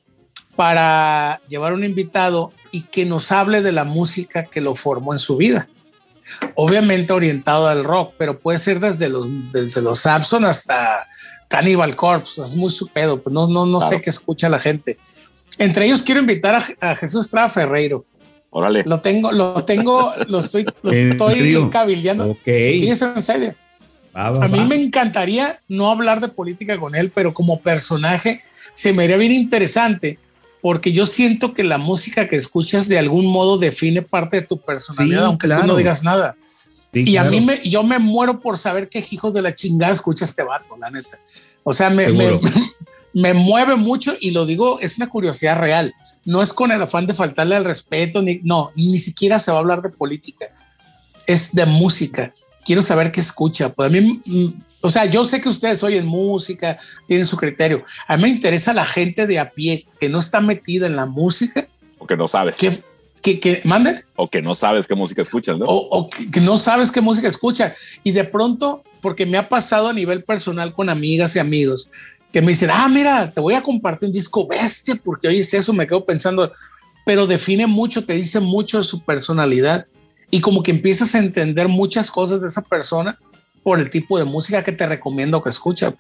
[SPEAKER 4] para llevar un invitado y que nos hable de la música que lo formó en su vida. Obviamente orientado al rock, pero puede ser desde los, desde los Samson hasta Cannibal Corpse, es muy su pedo, pues no, no, no claro. sé qué escucha la gente. Entre ellos quiero invitar a, a Jesús Estrada Ferreiro.
[SPEAKER 3] Órale.
[SPEAKER 4] Lo tengo, lo tengo, lo estoy, lo estoy cabildeando.
[SPEAKER 1] Okay.
[SPEAKER 4] Sí, es en serio. Va, va, a mí va. me encantaría no hablar de política con él, pero como personaje se me haría bien interesante, porque yo siento que la música que escuchas de algún modo define parte de tu personalidad, sí, aunque claro. tú no digas nada. Sí, y claro. a mí me, yo me muero por saber qué hijos de la chingada escucha este vato, la neta. O sea, me, me, me mueve mucho y lo digo, es una curiosidad real. No es con el afán de faltarle al respeto, ni, no, ni siquiera se va a hablar de política. Es de música. Quiero saber qué escucha. Pues a mí, o sea, yo sé que ustedes oyen música, tienen su criterio. A mí me interesa la gente de a pie que no está metida en la música.
[SPEAKER 3] O que no sabes.
[SPEAKER 4] Que, que, que mande.
[SPEAKER 3] O que no sabes qué música escuchas, ¿no?
[SPEAKER 4] O, o que, que no sabes qué música escucha. Y de pronto, porque me ha pasado a nivel personal con amigas y amigos, que me dicen, ah, mira, te voy a compartir un disco bestia, porque oyes eso, me quedo pensando, pero define mucho, te dice mucho de su personalidad. Y como que empiezas a entender muchas cosas de esa persona por el tipo de música que te recomiendo que escucha, pues.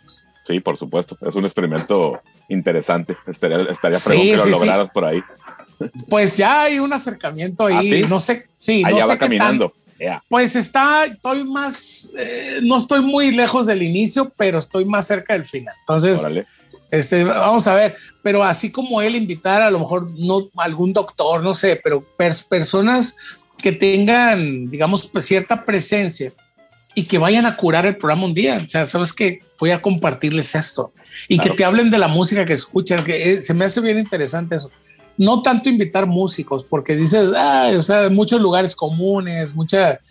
[SPEAKER 3] Sí, por supuesto. Es un experimento interesante. Estaría, estaría fregón sí, que sí, lo lograras sí. por ahí.
[SPEAKER 4] Pues ya hay un acercamiento ahí. ¿Ah, sí? No sé. Sí,
[SPEAKER 3] Allá
[SPEAKER 4] no
[SPEAKER 3] va
[SPEAKER 4] sé
[SPEAKER 3] caminando.
[SPEAKER 4] Yeah. Pues está, estoy más, eh, no estoy muy lejos del inicio, pero estoy más cerca del final. Entonces, Órale. este, vamos a ver. Pero así como él invitar a lo mejor no algún doctor, no sé, pero pers- personas que tengan, digamos, pues, cierta presencia y que vayan a curar el programa un día. O sea, sabes que voy a compartirles esto y claro. que te hablen de la música que escuchan, que eh, se me hace bien interesante eso. No tanto invitar músicos, porque dices, ah, o sea, muchos lugares comunes, mucha,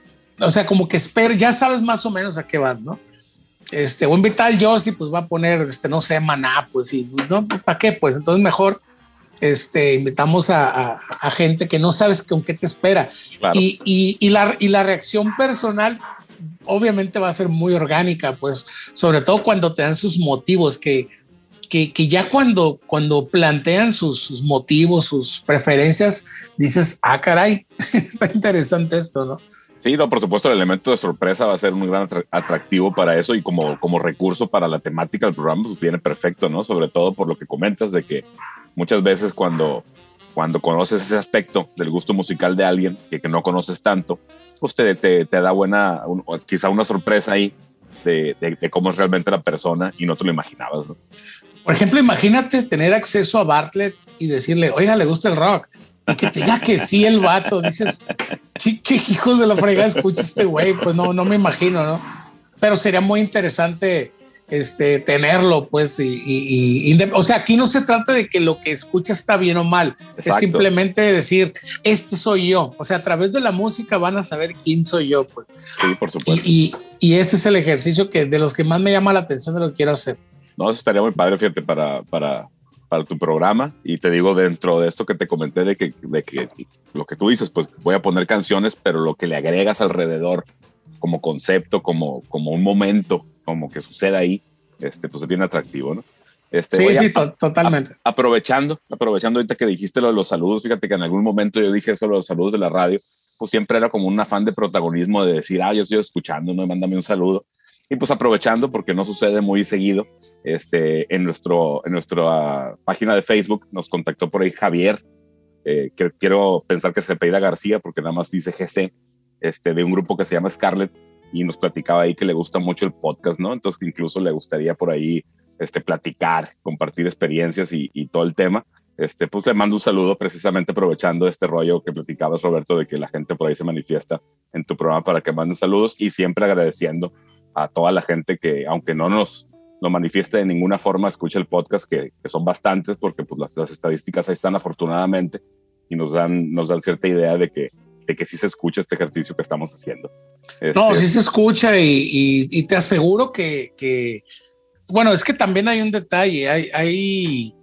[SPEAKER 4] o sea, como que espera, ya sabes más o menos a qué van, ¿no? Este, o invitar al Yossi, pues va a poner, este, no sé, Maná, pues, y no, ¿para qué? Pues entonces mejor, este, invitamos a, a, a gente que no sabes con qué te espera. Claro. Y, y, y, la, y la reacción personal, obviamente va a ser muy orgánica, pues, sobre todo cuando te dan sus motivos, que Que, que ya cuando, cuando plantean sus, sus motivos, sus preferencias, dices, ah, caray, está interesante esto, ¿no?
[SPEAKER 3] Sí, no, por supuesto, el elemento de sorpresa va a ser muy gran atractivo para eso y como, como recurso para la temática del programa, pues viene perfecto, ¿no? Sobre todo por lo que comentas de que muchas veces cuando, cuando conoces ese aspecto del gusto musical de alguien que, que no conoces tanto, pues te, te, te da buena, un, quizá una sorpresa ahí de, de, de cómo es realmente la persona y no te lo imaginabas, ¿no?
[SPEAKER 4] Por ejemplo, imagínate tener acceso a Bartlett y decirle, oiga, ¿le gusta el rock? Y que te diga que sí el vato. Dices, ¿qué, qué hijos de la fregada escucha este güey? Pues no, no me imagino, ¿no? Pero sería muy interesante este, tenerlo, pues. Y, y, y, o sea, aquí no se trata de que lo que escucha está bien o mal. Exacto. Es simplemente decir, este soy yo. O sea, a través de la música van a saber quién soy yo, pues.
[SPEAKER 3] Sí, por supuesto.
[SPEAKER 4] Y, y, y ese es el ejercicio que de los que más me llama la atención de lo que quiero hacer.
[SPEAKER 3] No, eso estaría muy padre, fíjate, para, para, para tu programa. Y te digo, dentro de esto que te comenté, de que, de que lo que tú dices, pues voy a poner canciones, pero lo que le agregas alrededor como concepto, como, como un momento, como que suceda ahí, este, pues es bien atractivo, ¿no? Este,
[SPEAKER 4] sí, sí,
[SPEAKER 3] a,
[SPEAKER 4] to- totalmente.
[SPEAKER 3] A, aprovechando, aprovechando ahorita que dijiste lo de los saludos, fíjate que en algún momento yo dije eso, los saludos de la radio, pues siempre era como un afán de protagonismo de decir, ah, yo estoy escuchando, no, mándame un saludo. Y pues aprovechando, porque no sucede muy seguido, este, en, nuestro, en nuestra página de Facebook nos contactó por ahí Javier, eh, que quiero pensar que se apellida García, porque nada más dice G C, este, de un grupo que se llama Scarlett, y nos platicaba ahí que le gusta mucho el podcast, ¿no? Entonces que incluso le gustaría por ahí este, platicar, compartir experiencias y, y todo el tema. Este, pues le mando un saludo precisamente aprovechando este rollo que platicabas, Roberto, de que la gente por ahí se manifiesta en tu programa para que manden saludos y siempre agradeciendo a toda la gente que, aunque no nos lo manifieste de ninguna forma, escucha el podcast, que, que son bastantes, porque pues, las, las estadísticas ahí están afortunadamente y nos dan, nos dan cierta idea de que, de que sí se escucha este ejercicio que estamos haciendo. Este,
[SPEAKER 4] no, sí se escucha y, y, y te aseguro que, que, bueno, es que también hay un detalle, hay, hay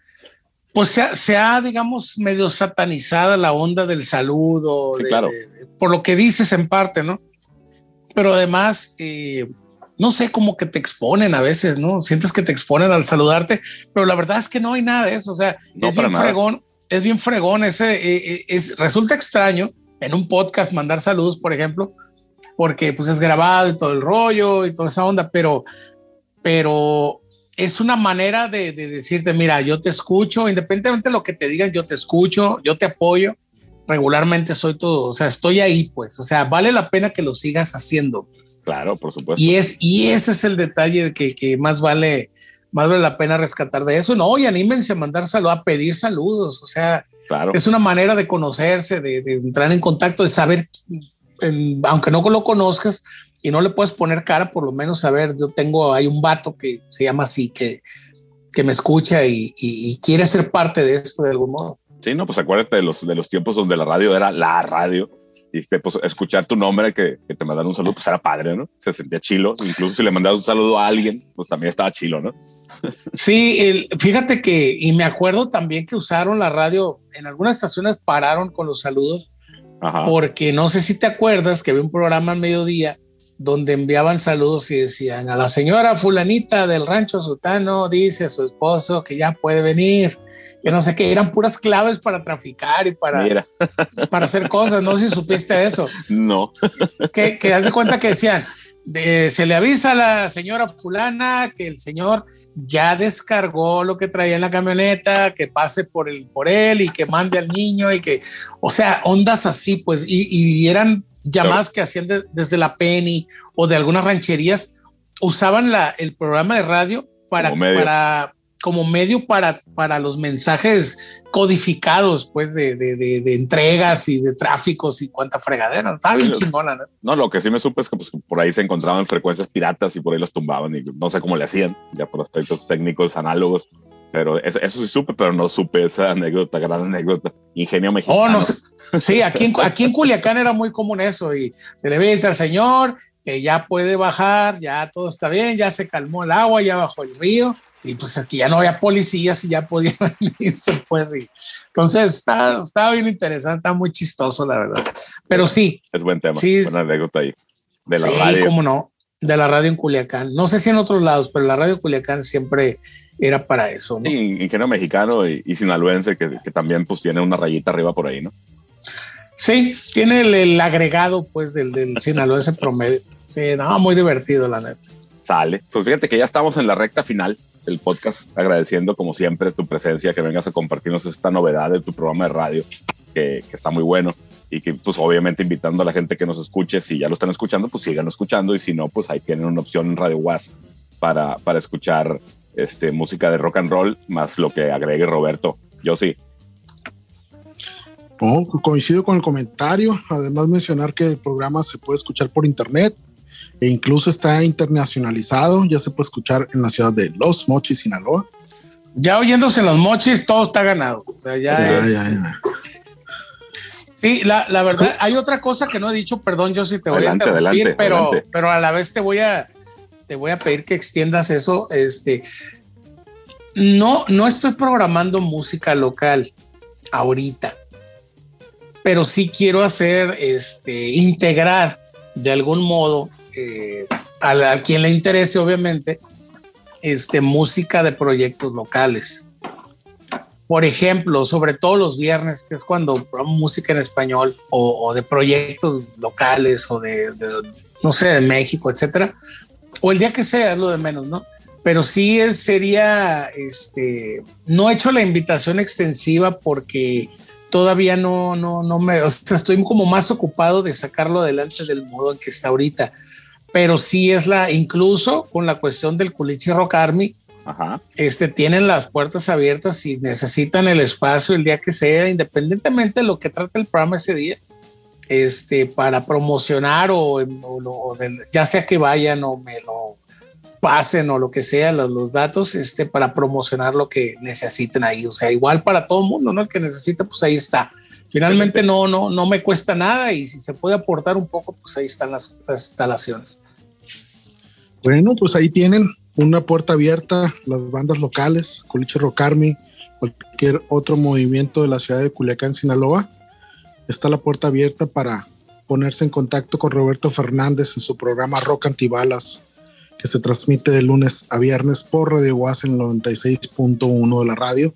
[SPEAKER 4] pues se ha, se ha, digamos, medio satanizada la onda del saludo,
[SPEAKER 3] sí,
[SPEAKER 4] de,
[SPEAKER 3] claro.
[SPEAKER 4] de, de, por lo que dices en parte, ¿no? Pero además, eh, no sé, como que te exponen a veces, ¿no? Sientes que te exponen al saludarte, pero la verdad es que no hay nada de eso. O sea,
[SPEAKER 3] no,
[SPEAKER 4] es bien
[SPEAKER 3] nada.
[SPEAKER 4] fregón, es bien fregón. Ese, eh, es, resulta extraño en un podcast mandar saludos, por ejemplo, porque pues es grabado y todo el rollo y toda esa onda, pero, pero es una manera de, de decirte, mira, yo te escucho, independientemente de lo que te digan, yo te escucho, yo te apoyo. Regularmente soy todo, o sea, estoy ahí, pues, o sea, vale la pena que lo sigas haciendo, pues.
[SPEAKER 3] Claro, por supuesto.
[SPEAKER 4] Y, es, y ese es el detalle que, que más vale, más vale la pena rescatar de eso. No, y anímense a mandar saludos, a pedir saludos, o sea,
[SPEAKER 3] claro.
[SPEAKER 4] Es una manera de conocerse, de, de entrar en contacto, de saber, en, aunque no lo conozcas y no le puedes poner cara, por lo menos saber, yo tengo, hay un vato que se llama así, que, que me escucha y, y, y quiere ser parte de esto de algún modo.
[SPEAKER 3] Sí, no, pues acuérdate de los, de los tiempos donde la radio era la radio y este, pues, escuchar tu nombre, que, que te mandaran un saludo, pues era padre, ¿no? Se sentía chilo. Incluso si le mandabas un saludo a alguien, pues también estaba chilo, ¿no?
[SPEAKER 4] Sí, el, fíjate que, y me acuerdo también que usaron la radio, en algunas estaciones pararon con los saludos, Ajá. porque no sé si te acuerdas que había un programa al mediodía donde enviaban saludos y decían a la señora fulanita del rancho Sutano, dice a su esposo que ya puede venir, que no sé qué, eran puras claves para traficar y para, para hacer cosas, no sé si supiste eso.
[SPEAKER 3] No.
[SPEAKER 4] Que, que haz de cuenta que decían, de, se le avisa a la señora fulana que el señor ya descargó lo que traía en la camioneta, que pase por, el, por él y que mande al niño y que, o sea, ondas así, pues, y, y eran llamadas claro. que hacían de, desde la Penny o de algunas rancherías, usaban la, el programa de radio para... Como medio. para como medio para, para los mensajes codificados, pues, de, de, de, de entregas y de tráficos y cuánta fregadera. Estaba bien sí, chingona, ¿no?
[SPEAKER 3] No, lo que sí me supe es que pues, por ahí se encontraban frecuencias piratas y por ahí las tumbaban y no sé cómo le hacían, ya por aspectos técnicos, análogos, pero eso, eso sí supe, pero no supe esa anécdota, gran anécdota. Ingenio mexicano.
[SPEAKER 4] Oh, no sé. Sí, aquí en, aquí en Culiacán era muy común eso y se le dice al señor que ya puede bajar, ya todo está bien, ya se calmó el agua, ya bajó el río. Y pues aquí ya no había policías y ya podían irse, pues. Y entonces está, está bien interesante, está muy chistoso, la verdad. Pero sí.
[SPEAKER 3] Es buen tema,
[SPEAKER 4] sí,
[SPEAKER 3] buena anécdota ahí. De la
[SPEAKER 4] sí,
[SPEAKER 3] radio.
[SPEAKER 4] cómo no, de la radio en Culiacán. No sé si en otros lados, pero la radio en Culiacán siempre era para eso, ¿no?
[SPEAKER 3] Sí, ingenio mexicano y, y sinaloense, que, que también pues tiene una rayita arriba por ahí, ¿no?
[SPEAKER 4] Sí, tiene el, el agregado, pues, del, del sinaloense promedio. Sí, no, muy divertido, la neta.
[SPEAKER 3] Sale. Pues fíjate que ya estamos en la recta final del podcast, agradeciendo como siempre tu presencia, que vengas a compartirnos esta novedad de tu programa de radio, que, que está muy bueno y que pues obviamente invitando a la gente que nos escuche, si ya lo están escuchando, pues sigan escuchando y si no, pues ahí tienen una opción en Radio Was para, para escuchar este, música de rock and roll, más lo que agregue Roberto. Yo sí.
[SPEAKER 2] Oh, coincido con el comentario, además mencionar que el programa se puede escuchar por internet e incluso está internacionalizado, ya se puede escuchar en la ciudad de Los Mochis, Sinaloa.
[SPEAKER 4] Ya oyéndose en Los Mochis, todo está ganado. O sea, ya, ya, es... ya, ya. Sí, la, la verdad, sí. Hay otra cosa que no he dicho, perdón, yo sí te voy
[SPEAKER 3] adelante,
[SPEAKER 4] a interrumpir,
[SPEAKER 3] adelante,
[SPEAKER 4] pero,
[SPEAKER 3] adelante.
[SPEAKER 4] pero a la vez te voy a, te voy a pedir que extiendas eso. Este, no, no estoy programando música local ahorita, pero sí quiero hacer, este, integrar de algún modo eh, a, la, a quien le interese, obviamente, este, música de proyectos locales. Por ejemplo, sobre todo los viernes, que es cuando programo música en español o, o de proyectos locales o de, de, no sé, de México, etcétera. O el día que sea, es lo de menos, ¿no? Pero sí es, sería, este, no he hecho la invitación extensiva porque todavía no, no, no me, o sea, estoy como más ocupado de sacarlo adelante del modo en que está ahorita. Pero sí es la, incluso con la cuestión del Culichi Rock Army, ajá, este, tienen las puertas abiertas si necesitan el espacio el día que sea, independientemente de lo que trate el programa ese día, este, para promocionar o, o, o del, ya sea que vayan o me lo pasen o lo que sea, los, los datos, este, para promocionar lo que necesiten ahí. O sea, igual para todo el mundo, ¿no? El que necesita, pues ahí está. Finalmente no, no, no me cuesta nada y si se puede aportar un poco, pues ahí están las, las instalaciones.
[SPEAKER 2] Bueno, pues ahí tienen una puerta abierta, las bandas locales, Culichi Rock Army, cualquier otro movimiento de la ciudad de Culiacán, Sinaloa. Está la puerta abierta para ponerse en contacto con Roberto Fernández en su programa Rock Antibalas, que se transmite de lunes a viernes por Radio Was en el noventa y seis punto uno de la radio.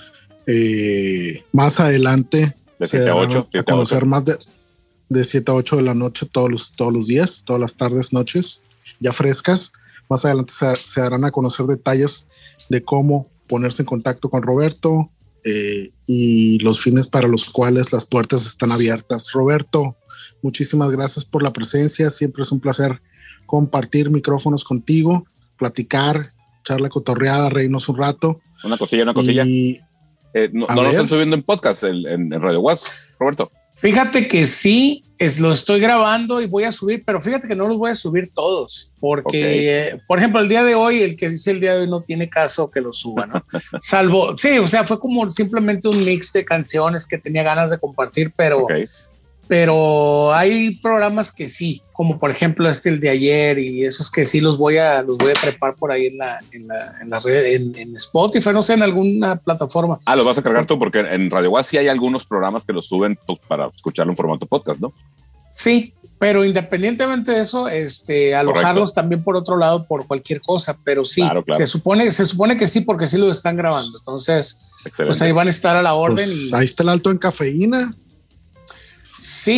[SPEAKER 2] Eh, más adelante
[SPEAKER 3] de se darán a,
[SPEAKER 2] a conocer más de, de siete a ocho de la noche todos los, todos los días, todas las tardes, noches, ya frescas. Más adelante se, se darán a conocer detalles de cómo ponerse en contacto con Roberto eh, y los fines para los cuales las puertas están abiertas. Roberto, muchísimas gracias por la presencia. Siempre es un placer compartir micrófonos contigo, platicar, echar la cotorreada, reírnos un rato.
[SPEAKER 3] Una cosilla, una cosilla. Y, eh, no no lo están subiendo en podcast, en, en Radio Was, Roberto.
[SPEAKER 4] Fíjate que sí, es, lo estoy grabando y voy a subir, pero fíjate que no los voy a subir todos, porque, okay. eh, por ejemplo, el día de hoy, el que dice el día de hoy no tiene caso que lo suba, ¿no? Salvo, sí, o sea, fue como simplemente un mix de canciones que tenía ganas de compartir, pero, okay. pero hay programas que sí, como por ejemplo este, el de ayer, y esos que sí los voy a, los voy a trepar por ahí en la, en la, en la red, en, en Spotify, no sé, en alguna plataforma.
[SPEAKER 3] Ah, los vas a cargar tú, porque en Radio Was sí hay algunos programas que los suben para escucharlo en formato podcast, ¿no?
[SPEAKER 4] Sí, pero independientemente de eso, este, alojarlos Correcto. También por otro lado por cualquier cosa, pero sí, claro, claro. Se supone, se supone que sí, porque sí lo están grabando, entonces, excelente. Pues ahí van a estar a la orden.
[SPEAKER 2] Pues
[SPEAKER 4] y
[SPEAKER 2] ahí está el alto en cafeína.
[SPEAKER 4] Sí,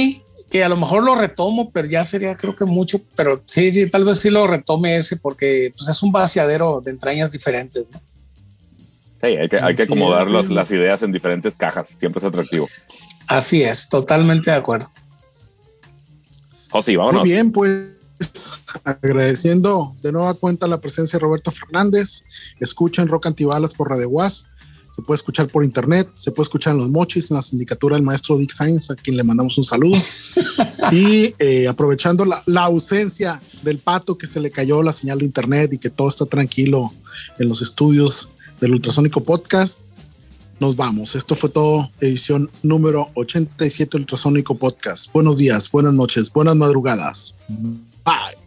[SPEAKER 4] que a lo mejor lo retomo, pero ya sería creo que mucho, pero sí, sí, tal vez sí lo retome ese porque pues, es un vaciadero de entrañas diferentes, ¿no?
[SPEAKER 3] Sí, hay que, hay que acomodar las, las ideas en diferentes cajas, siempre es atractivo.
[SPEAKER 4] Así es, totalmente de acuerdo.
[SPEAKER 3] José, vámonos.
[SPEAKER 2] Muy bien, pues agradeciendo de nueva cuenta la presencia de Roberto Fernández. Escuchen Rock Antibalas por Radio Was. Se puede escuchar por internet, se puede escuchar en Los Mochis, en la sindicatura del maestro Dick Sainz, a quien le mandamos un saludo. Y eh, aprovechando la, la ausencia del Pato, que se le cayó la señal de internet y que todo está tranquilo en los estudios del Ultrasónico Podcast, nos vamos. Esto fue todo, edición número ochenta y siete del Ultrasónico Podcast. Buenos días, buenas noches, buenas madrugadas. Bye.